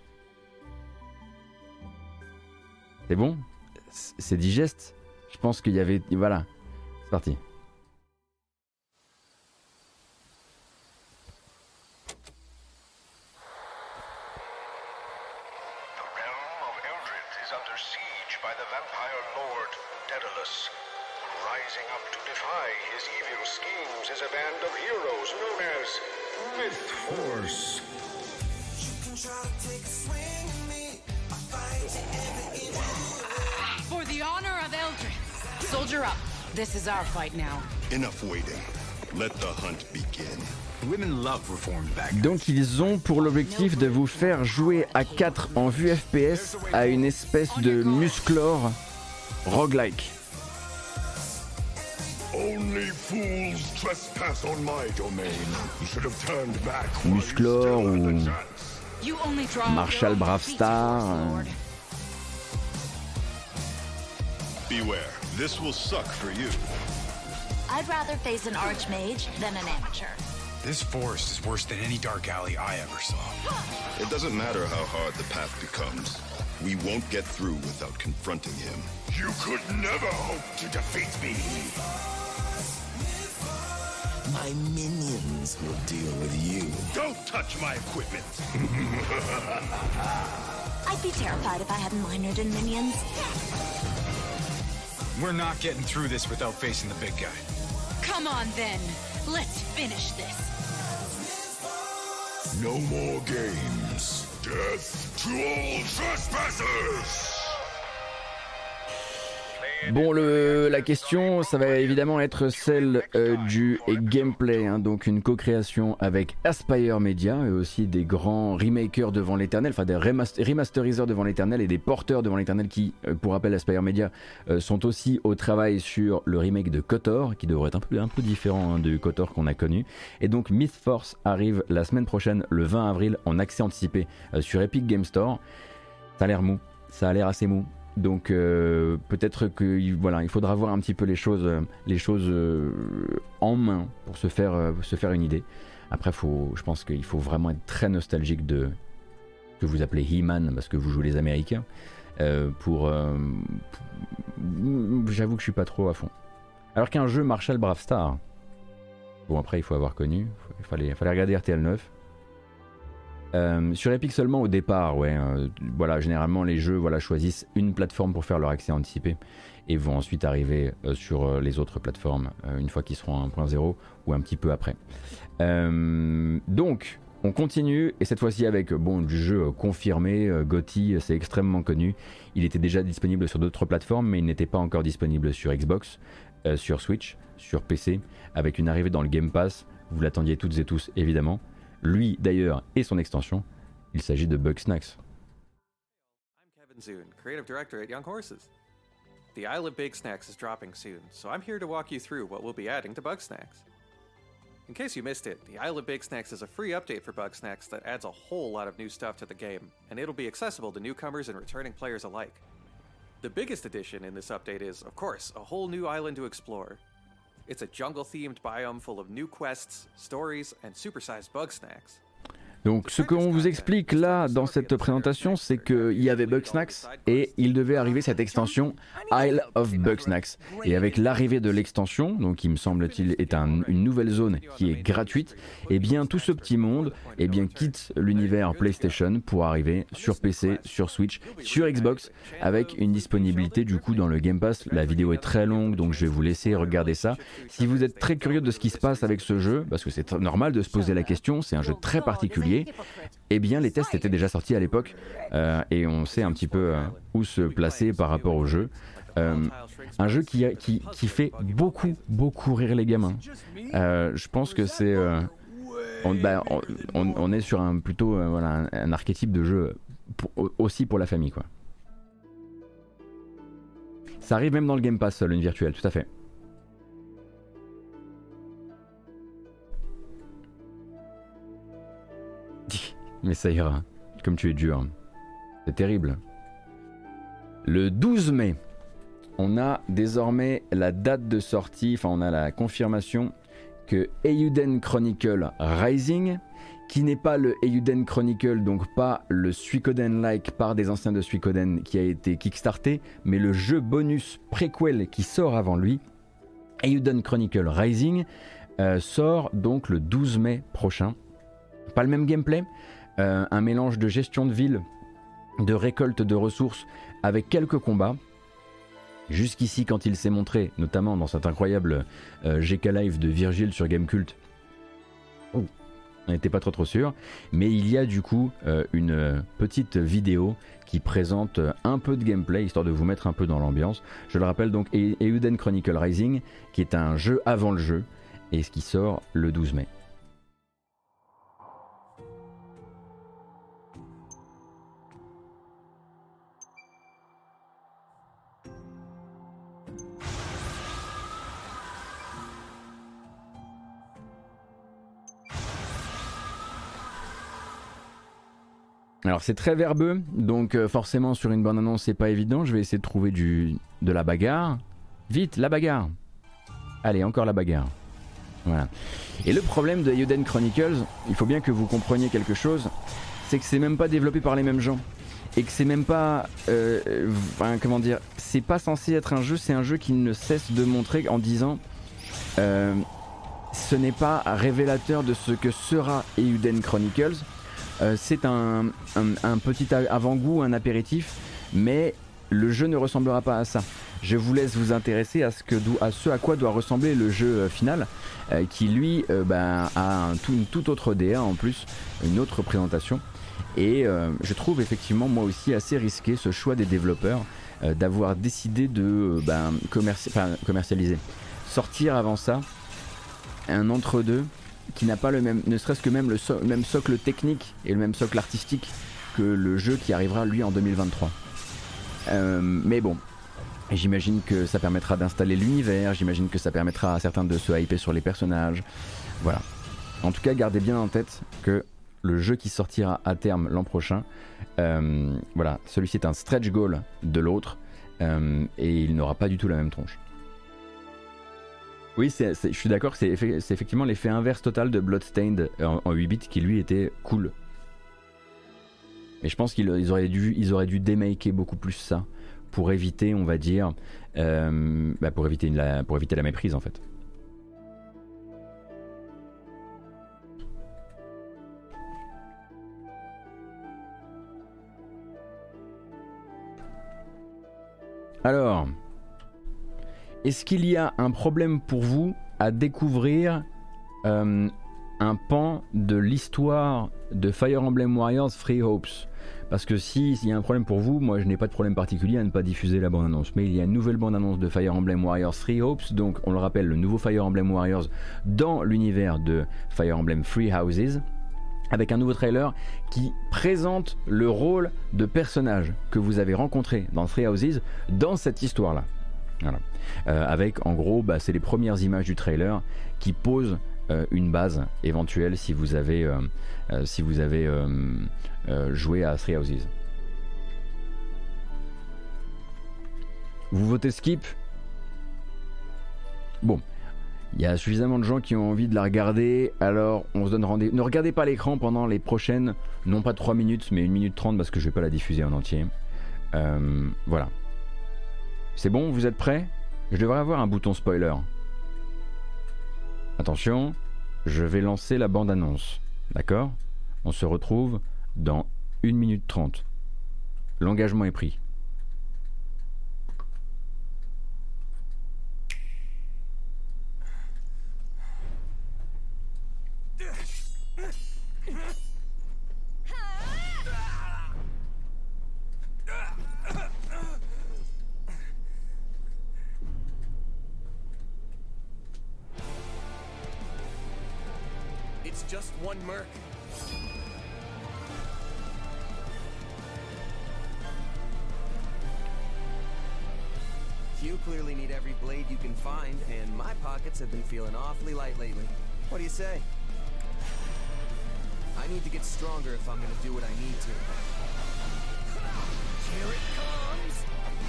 C'est bon? C'est digeste? Je pense qu'il y avait... Voilà, c'est parti. For the honor of Eldritch, soldier up. This is our fight now. Enough waiting. Let the hunt begin. Women love reformed back. Donc ils ont pour l'objectif de vous faire jouer à 4 en vue FPS à une espèce de musclore roguelike. Only fools trespass on my domain. You should have turned back. Musclore ou You only draw Marshall Bravestar. Beware, this will suck for you. I'd rather face an archmage than an amateur. This forest is worse than any dark alley I ever saw. It doesn't matter how hard the path becomes. We won't get through without confronting him. You could never hope to defeat me. My minions will deal with you. Don't touch my equipment. I'd be terrified if I hadn't minored in minions. We're not getting through this without facing the big guy. Come on then, let's finish this. No more games. Death to all trespassers. Bon, la question, ça va évidemment être celle du gameplay, donc une co-création avec Aspyr Media et aussi des grands remakers devant l'éternel, enfin des remasteriseurs devant l'éternel et des porteurs devant l'éternel qui, pour rappel, Aspyr Media sont aussi au travail sur le remake de KOTOR, qui devrait être un peu différent du KOTOR qu'on a connu. Et donc Mythforce arrive la semaine prochaine, le 20 avril, en accès anticipé sur Epic Game Store. Ça a l'air mou, ça a l'air assez mou. Donc peut-être que voilà, il faudra voir un petit peu les choses en main pour se faire une idée. Après, je pense qu'il faut vraiment être très nostalgique de ce que vous appelez He-Man parce que vous jouez les Américains. J'avoue que je suis pas trop à fond. Alors qu'un jeu Marshall Bravestar, bon après il faut avoir connu, il fallait regarder RTL 9. Sur Epic seulement au départ, voilà, généralement les jeux choisissent une plateforme pour faire leur accès anticipé et vont ensuite arriver sur les autres plateformes une fois qu'ils seront à 1.0 ou un petit peu après. Donc on continue et cette fois-ci avec du jeu confirmé, GOTY, c'est extrêmement connu. Il était déjà disponible sur d'autres plateformes mais il n'était pas encore disponible sur Xbox, sur Switch, sur PC, avec une arrivée dans le Game Pass. Vous l'attendiez toutes et tous évidemment. Lui d'ailleurs et son extension, il s'agit de Bugsnax. I'm Kevin Zune, creative director at Young Horses. The Isle of Big Snacks is dropping soon, so I'm here to walk you through what we'll be adding to Bugsnax. In case you missed it, the Isle of Big Snacks is a free update for Bugsnax that adds a whole lot of new stuff to the game, and it'll be accessible to newcomers and returning players alike. The biggest addition in this update is, of course, a whole new island to explore. It's a jungle-themed biome full of new quests, stories, and supersized bug snacks. Donc ce qu'on vous explique là dans cette présentation, c'est qu'il y avait Bugsnax et il devait arriver cette extension Isle of Bugsnax. Et avec l'arrivée de l'extension, donc qui me semble-t-il est une nouvelle zone qui est gratuite, et bien tout ce petit monde quitte l'univers PlayStation pour arriver sur PC, sur Switch, sur Xbox, avec une disponibilité du coup dans le Game Pass. La vidéo est très longue, donc je vais vous laisser regarder ça. Si vous êtes très curieux de ce qui se passe avec ce jeu, parce que c'est normal de se poser la question, c'est un jeu très particulier, eh bien les tests étaient déjà sortis à l'époque et on sait un petit peu où se placer par rapport au jeu. Un jeu qui fait beaucoup rire les gamins. Je pense que c'est on est sur un archétype de jeu aussi pour la famille, quoi. Ça arrive même dans le Game Pass, le virtuel, tout à fait. Mais ça ira, comme tu es dur. C'est terrible. Le 12 mai, on a désormais la date de sortie, enfin on a la confirmation que Eiyuden Chronicle Rising, qui n'est pas le Eiyuden Chronicle, donc pas le Suikoden-like par des anciens de Suikoden qui a été kickstarté, mais le jeu bonus préquel qui sort avant lui, Eiyuden Chronicle Rising, sort donc le 12 mai prochain. Pas le même gameplay, un mélange de gestion de ville, de récolte de ressources avec quelques combats. Jusqu'ici, quand il s'est montré, notamment dans cet incroyable GK Live de Virgile sur Gamecult, on n'était pas trop sûr, mais il y a du coup une petite vidéo qui présente un peu de gameplay, histoire de vous mettre un peu dans l'ambiance. Je le rappelle donc, Eiyuden Chronicle Rising, qui est un jeu avant le jeu, et ce qui sort le 12 mai. Alors c'est très verbeux, donc forcément sur une bande-annonce c'est pas évident. Je vais essayer de trouver de la bagarre. Vite, la bagarre. Allez, encore la bagarre. Voilà. Et le problème de Eiyuden Chronicles, il faut bien que vous compreniez quelque chose, c'est que c'est même pas développé par les mêmes gens. Et que c'est même pas... comment dire, c'est pas censé être un jeu, c'est un jeu qui ne cesse de montrer en disant... ce n'est pas révélateur de ce que sera Eiyuden Chronicles. C'est un petit avant-goût, un apéritif, mais le jeu ne ressemblera pas à ça. Je vous laisse vous intéresser à ce à quoi doit ressembler le jeu final, qui lui a une toute autre DA en plus, une autre présentation. Et je trouve effectivement moi aussi assez risqué ce choix des développeurs d'avoir décidé de commercialiser. Sortir avant ça un entre-deux qui n'a pas le même, ne serait-ce que même le même socle technique et le même socle artistique que le jeu qui arrivera lui en 2023. Mais bon, j'imagine que ça permettra d'installer l'univers, j'imagine que ça permettra à certains de se hyper sur les personnages. Voilà. En tout cas, gardez bien en tête que le jeu qui sortira à terme l'an prochain, voilà, celui-ci est un stretch goal de l'autre et il n'aura pas du tout la même tronche. Oui, je suis d'accord que c'est effectivement l'effet inverse total de Bloodstained en 8 bits qui lui était cool. Mais je pense qu'ils auraient dû démaker beaucoup plus ça pour éviter, on va dire, pour éviter la méprise en fait. Alors... est-ce qu'il y a un problème pour vous à découvrir un pan de l'histoire de Fire Emblem Warriors Three Hopes? Parce que s'il y a un problème pour vous, moi je n'ai pas de problème particulier à ne pas diffuser la bande-annonce. Mais il y a une nouvelle bande-annonce de Fire Emblem Warriors Three Hopes, donc on le rappelle, le nouveau Fire Emblem Warriors dans l'univers de Fire Emblem Three Houses, avec un nouveau trailer qui présente le rôle de personnage que vous avez rencontré dans Three Houses dans cette histoire-là. Voilà. Avec en gros c'est les premières images du trailer qui posent une base éventuelle si vous avez joué à Three Houses. Vous votez skip? Bon, Il y a suffisamment de gens qui ont envie de la regarder, alors on se donne rendez-vous. Ne regardez pas l'écran pendant les prochaines, non pas 3 minutes, mais 1 minute 30 parce que je vais pas la diffuser en entier. Voilà. C'est bon, vous êtes prêts? Je devrais avoir un bouton spoiler. Attention, je vais lancer la bande-annonce. D'accord? On se retrouve dans 1 minute 30. L'engagement est pris. It's just one merc. You clearly need every blade you can find, and my pockets have been feeling awfully light lately. What do you say? I need to get stronger if I'm gonna do what I need to. Here it comes!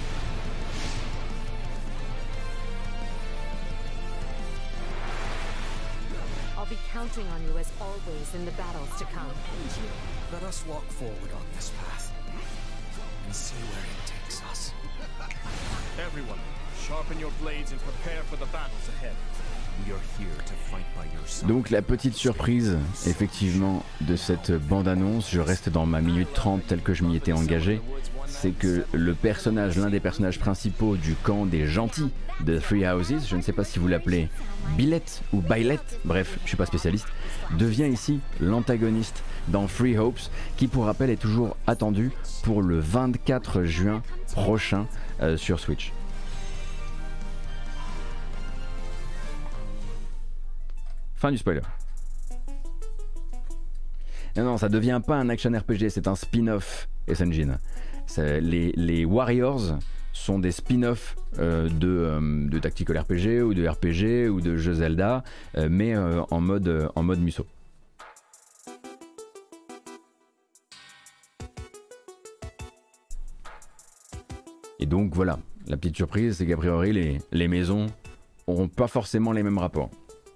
I'll be counting on you as always in the battles to come. Let us walk forward on this path and see where it takes us. Everyone, sharpen your blades and prepare for the battles ahead. We are here to fight by your side. Donc la petite surprise, effectivement, de cette bande-annonce, je reste dans ma minute 30 telle que je m'y étais engagé, c'est que le personnage, l'un des personnages principaux du camp des gentils de Three Houses, je ne sais pas si vous l'appelez Billette ou Bylette, bref, je suis pas spécialiste, devient ici l'antagoniste dans Three Hopes, qui pour rappel est toujours attendu pour le 24 juin prochain sur Switch. Fin du spoiler. Non, ça devient pas un action RPG, c'est un spin-off S-Engine. Les Warriors sont des spin-offs de Tactical RPG ou de RPG ou de jeux Zelda, mais en mode Muso. Et donc voilà, la petite surprise, c'est qu'a priori les maisons n'auront pas forcément les mêmes rapports.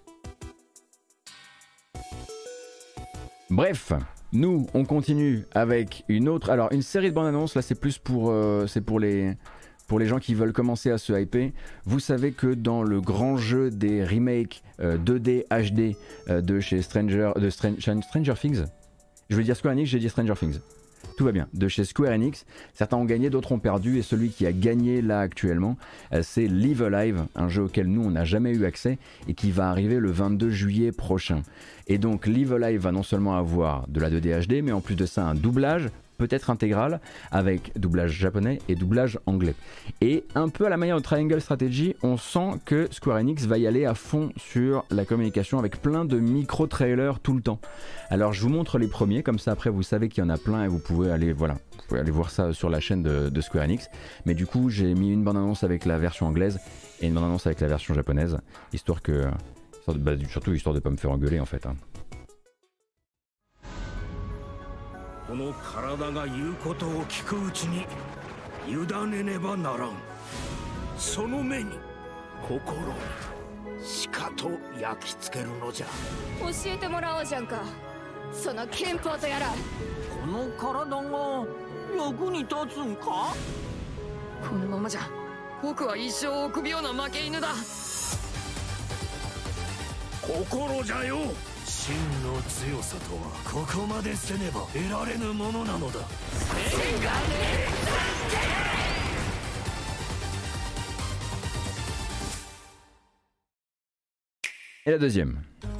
Bref, nous on continue avec une autre, alors une série de bandes annonces, là c'est plus pour les gens qui veulent commencer à se hyper. Vous savez que dans le grand jeu des remakes 2D HD de chez Stranger Things, je veux dire Square Enix, j'ai dit Stranger Things. Tout va bien. De chez Square Enix, certains ont gagné, d'autres ont perdu, et celui qui a gagné là actuellement, c'est Live Alive, un jeu auquel nous on n'a jamais eu accès et qui va arriver le 22 juillet prochain. Et donc Live Alive va non seulement avoir de la 2D HD, mais en plus de ça un doublage, peut-être intégral, avec doublage japonais et doublage anglais. Et un peu à la manière de Triangle Strategy, on sent que Square Enix va y aller à fond sur la communication avec plein de micro-trailers tout le temps. Alors je vous montre les premiers, comme ça après vous savez qu'il y en a plein et vous pouvez aller, voilà, vous pouvez aller voir ça sur la chaîne de Square Enix. Mais du coup j'ai mis une bande-annonce avec la version anglaise et une bande-annonce avec la version japonaise, histoire que, surtout histoire de pas me faire engueuler en fait. この体が言うことを聞くうちに委ねねばならん。その目に心にしかと焼き付けるのじゃ。 教えてもらおうじゃんか、その憲法とやら。 この体が役に立つんか。 このままじゃ僕は一生臆病な負け犬だ。 心じゃよ。真の強さとはここまでせねば得られぬものなのだ。 Et la deuxième.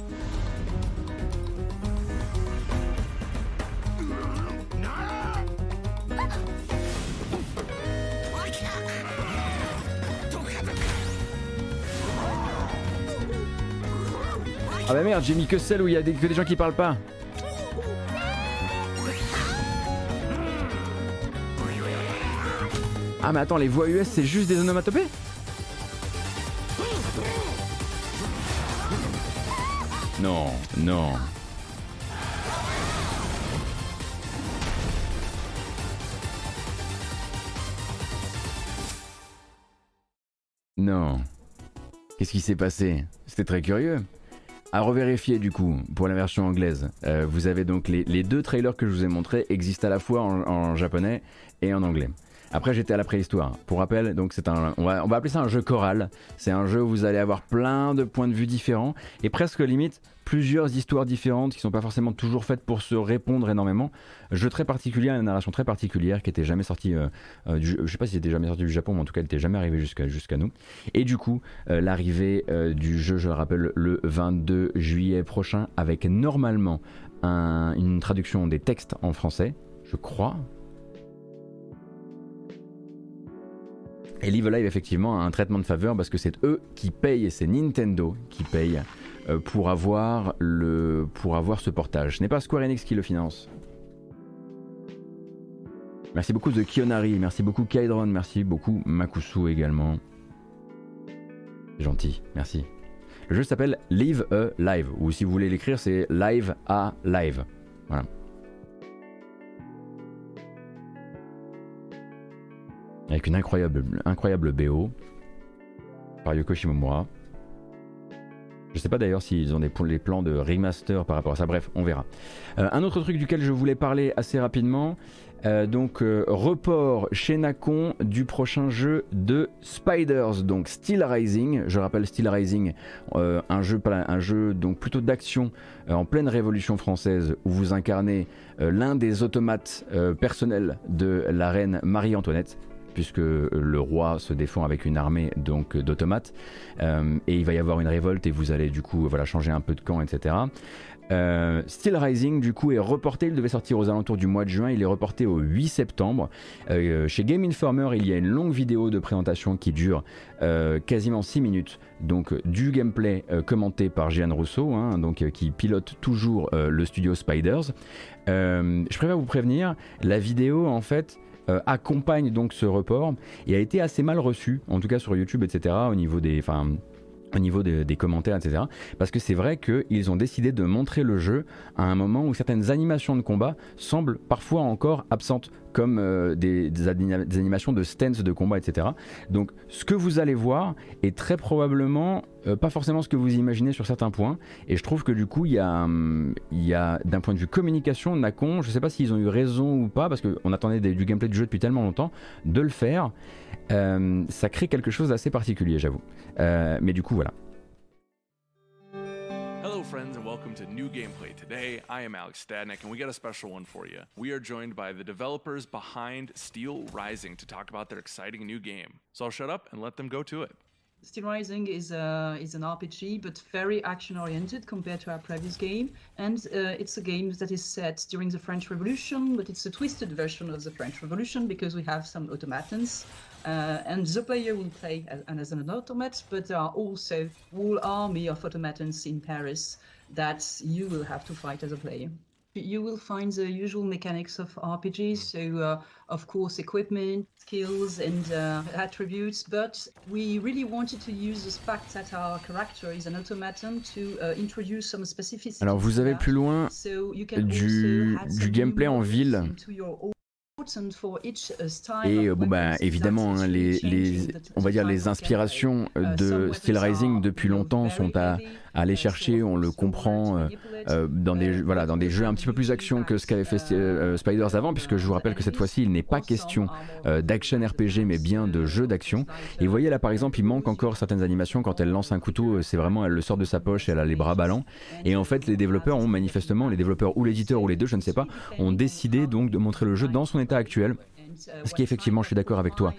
Ah bah merde, j'ai mis que celle où il y a que des gens qui parlent pas. Ah mais attends, les voix US c'est juste des onomatopées? Non, non. Non. Qu'est-ce qui s'est passé? C'était très curieux. À revérifier du coup, pour la version anglaise, vous avez donc les deux trailers que je vous ai montrés existent à la fois en japonais et en anglais. Après j'étais à la préhistoire. Pour rappel, donc c'est on va appeler ça un jeu choral. C'est un jeu où vous allez avoir plein de points de vue différents et presque limite plusieurs histoires différentes qui sont pas forcément toujours faites pour se répondre énormément. Jeu très particulier, une narration très particulière qui était jamais sortie je sais pas si c'était jamais sorti du Japon, mais en tout cas elle était jamais arrivée jusqu'à nous. Et du coup, l'arrivée du jeu, je le rappelle, le 22 juillet prochain avec normalement une traduction des textes en français, je crois. Et Live Alive effectivement a un traitement de faveur parce que c'est eux qui payent et c'est Nintendo qui paye pour avoir ce portage. Ce n'est pas Square Enix qui le finance. Merci beaucoup de Kionari, merci beaucoup Kaidron, merci beaucoup Makusu également. C'est gentil, merci. Le jeu s'appelle Live a Live, ou si vous voulez l'écrire c'est Live a Live. Voilà. Avec une incroyable BO par Yoko Shimomura. Je sais pas d'ailleurs s'ils ont les plans de remaster par rapport à ça, bref, on verra. Un autre truc duquel je voulais parler assez rapidement, report chez Nacon du prochain jeu de Spiders, donc Steel Rising. Je rappelle Steel Rising, un jeu donc plutôt d'action en pleine Révolution française où vous incarnez l'un des automates personnels de la reine Marie-Antoinette, puisque le roi se défend avec une armée donc d'automates, et il va y avoir une révolte et vous allez du coup changer un peu de camp, etc. Steel Rising du coup est reporté, il devait sortir aux alentours du mois de juin, il est reporté au 8 septembre. Chez Game Informer il y a une longue vidéo de présentation qui dure quasiment 6 minutes, donc du gameplay commenté par Gian Russo, donc, qui pilote toujours le studio Spiders. Je préfère vous prévenir, la vidéo en fait accompagne donc ce report et a été assez mal reçu, en tout cas sur YouTube, etc., au niveau des commentaires, etc. Parce que c'est vrai qu'ils ont décidé de montrer le jeu à un moment où certaines animations de combat semblent parfois encore absentes, comme des animations de stance de combat, etc. Donc ce que vous allez voir est très probablement pas forcément ce que vous imaginez sur certains points, et je trouve que du coup il y a d'un point de vue communication, Nacon, je sais pas s'ils ont eu raison ou pas, parce qu'on attendait du gameplay du jeu depuis tellement longtemps, de le faire, ça crée quelque chose d'assez particulier, j'avoue. Mais du coup voilà. Hello friends and welcome to New Gameplay. Today I am Alex Stadnik and we got a special one for you. We are joined by the developers behind Steel Rising to talk about their exciting new game. So I'll shut up and let them go to it. Steel Rising is an RPG, but very action-oriented compared to our previous game. And it's a game that is set during the French Revolution, but it's a twisted version of the French Revolution because we have some automatons. And the player will play as an automat, but there are also a whole army of automatons in Paris that you will have to fight as a player. You will find the usual mechanics of RPGs, so of course equipment, skills and attributes, but we really wanted to use the fact that our character is an automaton to introduce some specificity. Alors vous avez plus loin du gameplay en ville. Et évidemment on va dire les inspirations de Steel Rising depuis longtemps sont à aller chercher, on le comprend dans des jeux un petit peu plus action que ce qu'avait fait Spiders avant, puisque je vous rappelle que cette fois-ci il n'est pas question d'action RPG mais bien de jeu d'action. Et vous voyez là par exemple il manque encore certaines animations, quand elle lance un couteau c'est vraiment elle le sort de sa poche et elle a les bras ballants, et en fait les développeurs ont manifestement, les développeurs ou l'éditeur ou les deux je ne sais pas, ont décidé donc de montrer le jeu dans son état actuel. Ce qui effectivement, je suis d'accord avec toi,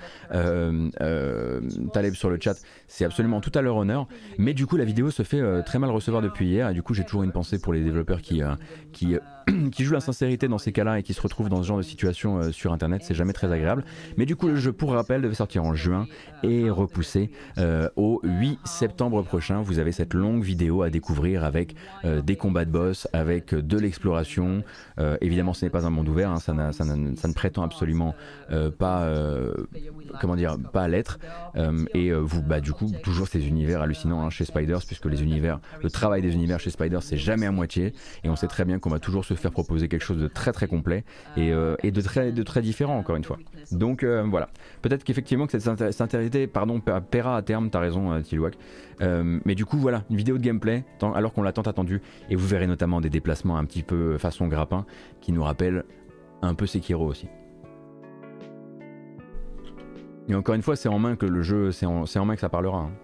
Taleb sur le chat, c'est absolument tout à leur honneur, mais du coup la vidéo se fait très mal recevoir depuis hier, et du coup j'ai toujours une pensée pour les développeurs qui jouent la sincérité dans ces cas-là et qui se retrouvent dans ce genre de situation sur internet, c'est jamais très agréable. Mais du coup le jeu, pour rappel, devait sortir en juin et repoussé au 8 septembre prochain. Vous avez cette longue vidéo à découvrir avec des combats de boss, avec de l'exploration. Évidemment ce n'est pas un monde ouvert, hein, ça ne prétend absolument pas à l'être, et vous du coup toujours ces univers hallucinants chez Spiders, puisque le travail des univers chez Spiders c'est jamais à moitié, et on sait très bien qu'on va toujours se se faire proposer quelque chose de très très complet et de très différent encore une fois. Donc voilà, peut-être qu'effectivement que cette sincérité, pardon, paiera à terme, t'as raison Tilwak, mais du coup voilà, une vidéo de gameplay alors qu'on l'a tant attendu, et vous verrez notamment des déplacements un petit peu façon grappin qui nous rappellent un peu Sekiro aussi. Et encore une fois, c'est en main que le jeu, c'est en main que ça parlera. Hein.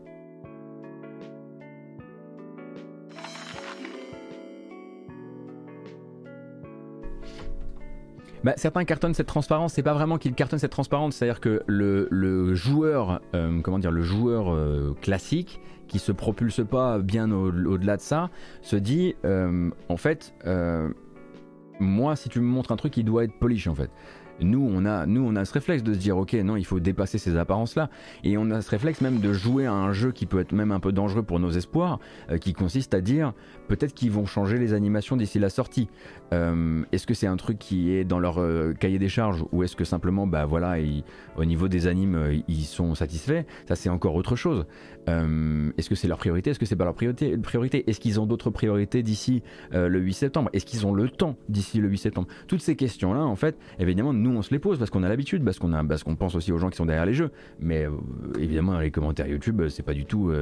Bah, certains cartonnent cette transparence, c'est pas vraiment qu'ils cartonnent cette transparence, c'est-à-dire que le joueur, le joueur classique, qui se propulse pas bien au-delà de ça, se dit, en fait, moi, si tu me montres un truc, il doit être polish, en fait. Nous on a ce réflexe de se dire ok, non, il faut dépasser ces apparences là, et on a ce réflexe même de jouer à un jeu qui peut être même un peu dangereux pour nos espoirs, qui consiste à dire peut-être qu'ils vont changer les animations d'ici la sortie. Est-ce que c'est un truc qui est dans leur cahier des charges, ou est-ce que simplement bah voilà, au niveau des animes ils sont satisfaits? Ça c'est encore autre chose. Est-ce que c'est leur priorité? Est-ce que c'est pas leur priorité? Est-ce qu'ils ont d'autres priorités d'ici le 8 septembre? Est-ce qu'ils ont le temps d'ici le 8 septembre? Toutes ces questions là en fait, évidemment nous on se les pose parce qu'on a l'habitude, parce qu'on pense aussi aux gens qui sont derrière les jeux, mais évidemment dans les commentaires YouTube c'est pas du tout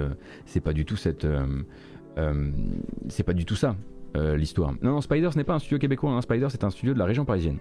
ça l'histoire. Non, Spider ce n'est pas un studio québécois, hein. Spider c'est un studio de la région parisienne.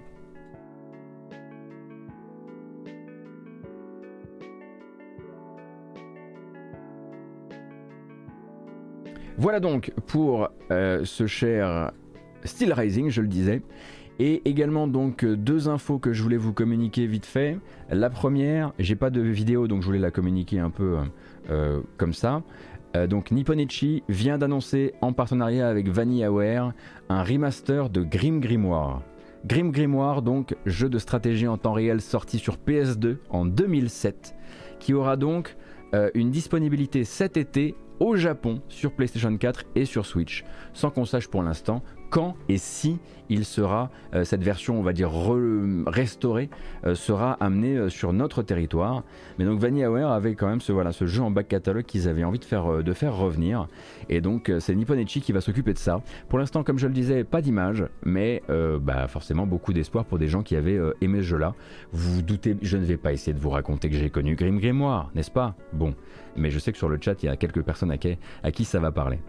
Voilà donc pour ce cher Steel Rising, je le disais. Et également donc deux infos que je voulais vous communiquer vite fait. La première, j'ai pas de vidéo donc je voulais la communiquer un peu comme ça. Donc Nipponichi vient d'annoncer en partenariat avec VanillaWare un remaster de Grim Grimoire. Grim Grimoire, donc jeu de stratégie en temps réel sorti sur PS2 en 2007, qui aura donc une disponibilité cet été au Japon sur PlayStation 4 et sur Switch, sans qu'on sache pour l'instant quand et si il sera, cette version on va dire restaurée, sera amenée sur notre territoire. Mais donc VanillaWare avait quand même ce jeu en back catalogue qu'ils avaient envie de faire revenir, et donc c'est Nipponichi qui va s'occuper de ça. Pour l'instant, comme je le disais, pas d'image, mais forcément beaucoup d'espoir pour des gens qui avaient aimé ce jeu là. Vous vous doutez, je ne vais pas essayer de vous raconter que j'ai connu Grim Grimoire, n'est-ce pas? Bon, mais je sais que sur le chat il y a quelques personnes à qui ça va parler.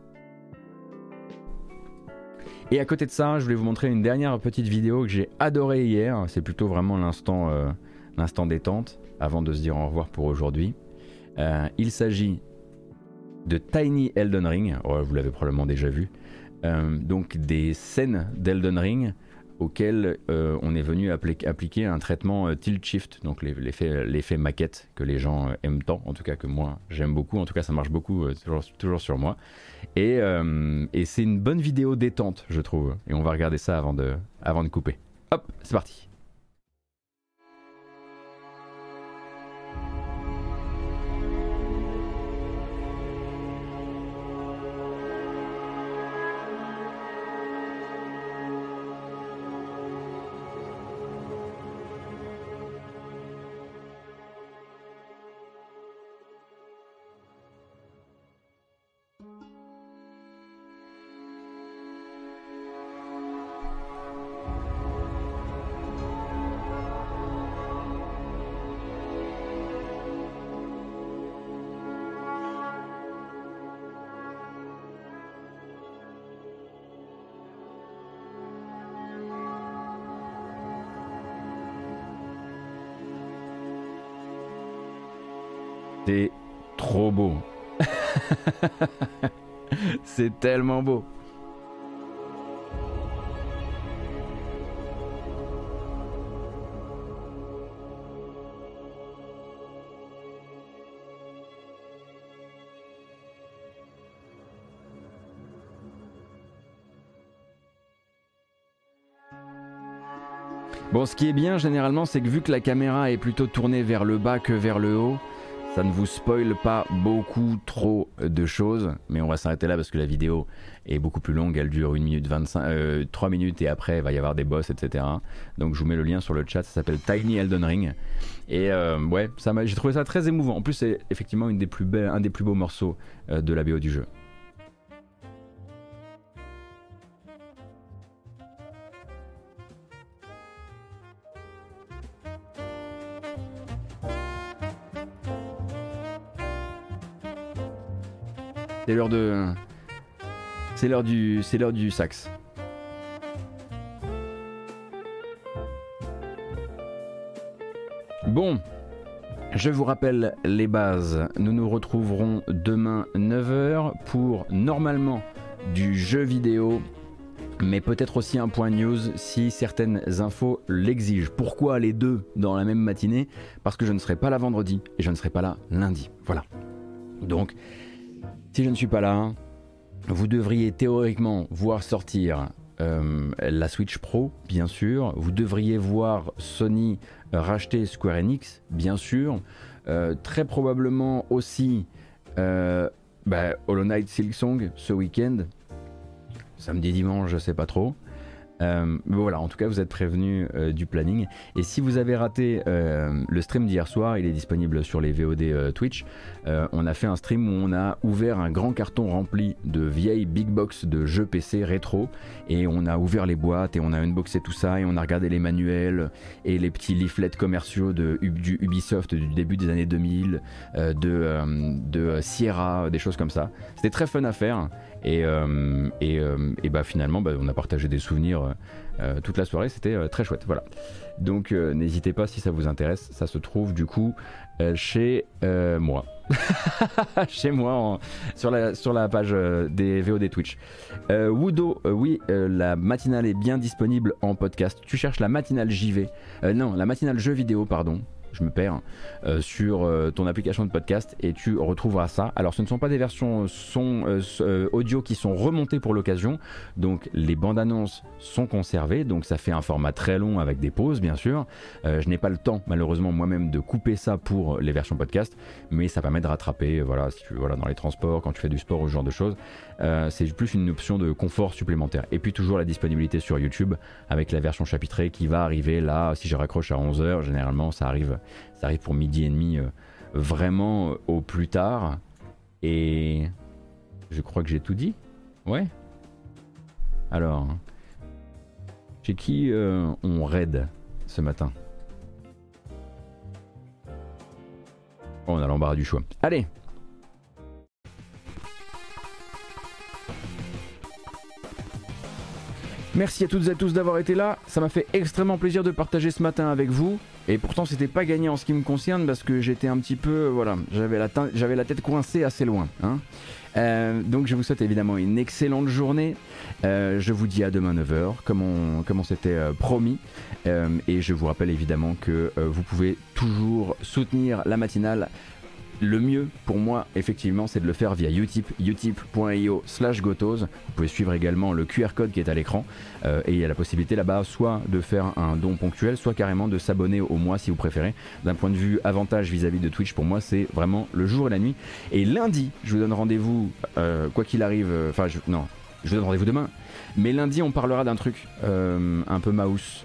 Et à côté de ça, je voulais vous montrer une dernière petite vidéo que j'ai adorée hier. C'est plutôt vraiment l'instant détente avant de se dire au revoir pour aujourd'hui. Il s'agit de Tiny Elden Ring. Oh, vous l'avez probablement déjà vu. Donc des scènes d'Elden Ring auxquelles on est venu appliquer un traitement tilt shift, donc l'effet maquette que les gens aiment tant, en tout cas que moi j'aime beaucoup, en tout cas ça marche beaucoup toujours sur moi, et c'est une bonne vidéo détente je trouve, et on va regarder ça avant de couper. Hop, c'est parti. C'est trop beau. C'est tellement beau. Bon, ce qui est bien généralement, c'est que vu que la caméra est plutôt tournée vers le bas que vers le haut, ça ne vous spoile pas beaucoup trop de choses, mais on va s'arrêter là parce que la vidéo est beaucoup plus longue, elle dure 1 minute 25, 3 minutes et après il va y avoir des boss, etc. Donc je vous mets le lien sur le chat, ça s'appelle Tiny Elden Ring. Et ouais, j'ai trouvé ça très émouvant. En plus c'est effectivement un des plus beaux morceaux de la BO du jeu. C'est l'heure de... C'est l'heure du sax. Bon, je vous rappelle les bases. Nous nous retrouverons demain 9h pour normalement du jeu vidéo, mais peut-être aussi un point news si certaines infos l'exigent. Pourquoi les deux dans la même matinée? Parce que je ne serai pas là vendredi et je ne serai pas là lundi. Voilà. Donc, si je ne suis pas là, vous devriez théoriquement voir sortir la Switch Pro, bien sûr. Vous devriez voir Sony racheter Square Enix, bien sûr. Très probablement aussi Hollow Knight Silksong ce week-end. Samedi, dimanche, je sais pas trop. Mais voilà, en tout cas, vous êtes prévenus du planning. Et si vous avez raté le stream d'hier soir, il est disponible sur les VOD Twitch. On a fait un stream où on a ouvert un grand carton rempli de vieilles big box de jeux PC rétro. Et on a ouvert les boîtes et on a unboxé tout ça. Et on a regardé les manuels et les petits leaflets commerciaux du Ubisoft du début des années 2000, de Sierra, des choses comme ça. C'était très fun à faire. Et finalement, on a partagé des souvenirs toute la soirée, c'était très chouette. Voilà. Donc n'hésitez pas si ça vous intéresse, ça se trouve du coup chez moi. Chez moi sur la page des VOD Twitch. Wudo, oui, la matinale est bien disponible en podcast. Tu cherches la matinale JV, non, la matinale jeu vidéo, pardon. Je me perds, sur ton application de podcast et tu retrouveras ça. Alors ce ne sont pas des versions audio qui sont remontées pour l'occasion, donc les bandes annonces sont conservées, donc ça fait un format très long avec des pauses bien sûr. Je n'ai pas le temps malheureusement moi-même de couper ça pour les versions podcast, mais ça permet de rattraper, voilà, si tu, voilà, dans les transports, quand tu fais du sport ou ce genre de choses. C'est plus une option de confort supplémentaire. Et puis toujours la disponibilité sur YouTube avec la version chapitrée qui va arriver là, si je raccroche à 11h, généralement ça arrive pour midi et demi, vraiment au plus tard. Et je crois que j'ai tout dit. Ouais. Alors, chez qui on raid ce matin? Oh, on a l'embarras du choix. Allez. Merci à toutes et à tous d'avoir été là, ça m'a fait extrêmement plaisir de partager ce matin avec vous. Et pourtant c'était pas gagné en ce qui me concerne parce que j'étais un petit peu, voilà, j'avais la tête coincée assez loin, hein. Donc je vous souhaite évidemment une excellente journée. Je vous dis à demain 9h comme on s'était promis. Et je vous rappelle évidemment que vous pouvez toujours soutenir la matinale. Le mieux pour moi, effectivement, c'est de le faire via Utip, utip.io/gotos. Vous pouvez suivre également le QR code qui est à l'écran. Et il y a la possibilité là-bas soit de faire un don ponctuel, soit carrément de s'abonner au mois si vous préférez. D'un point de vue avantage vis-à-vis de Twitch, pour moi, c'est vraiment le jour et la nuit. Et lundi, je vous donne rendez-vous, quoi qu'il arrive, je vous donne rendez-vous demain. Mais lundi, on parlera d'un truc un peu mouse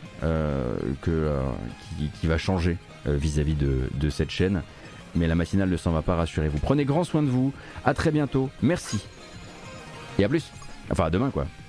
qui va changer vis-à-vis de cette chaîne. Mais la matinale ne s'en va pas, rassurez-vous. Prenez grand soin de vous, à très bientôt, merci. Et à plus. Enfin à demain quoi.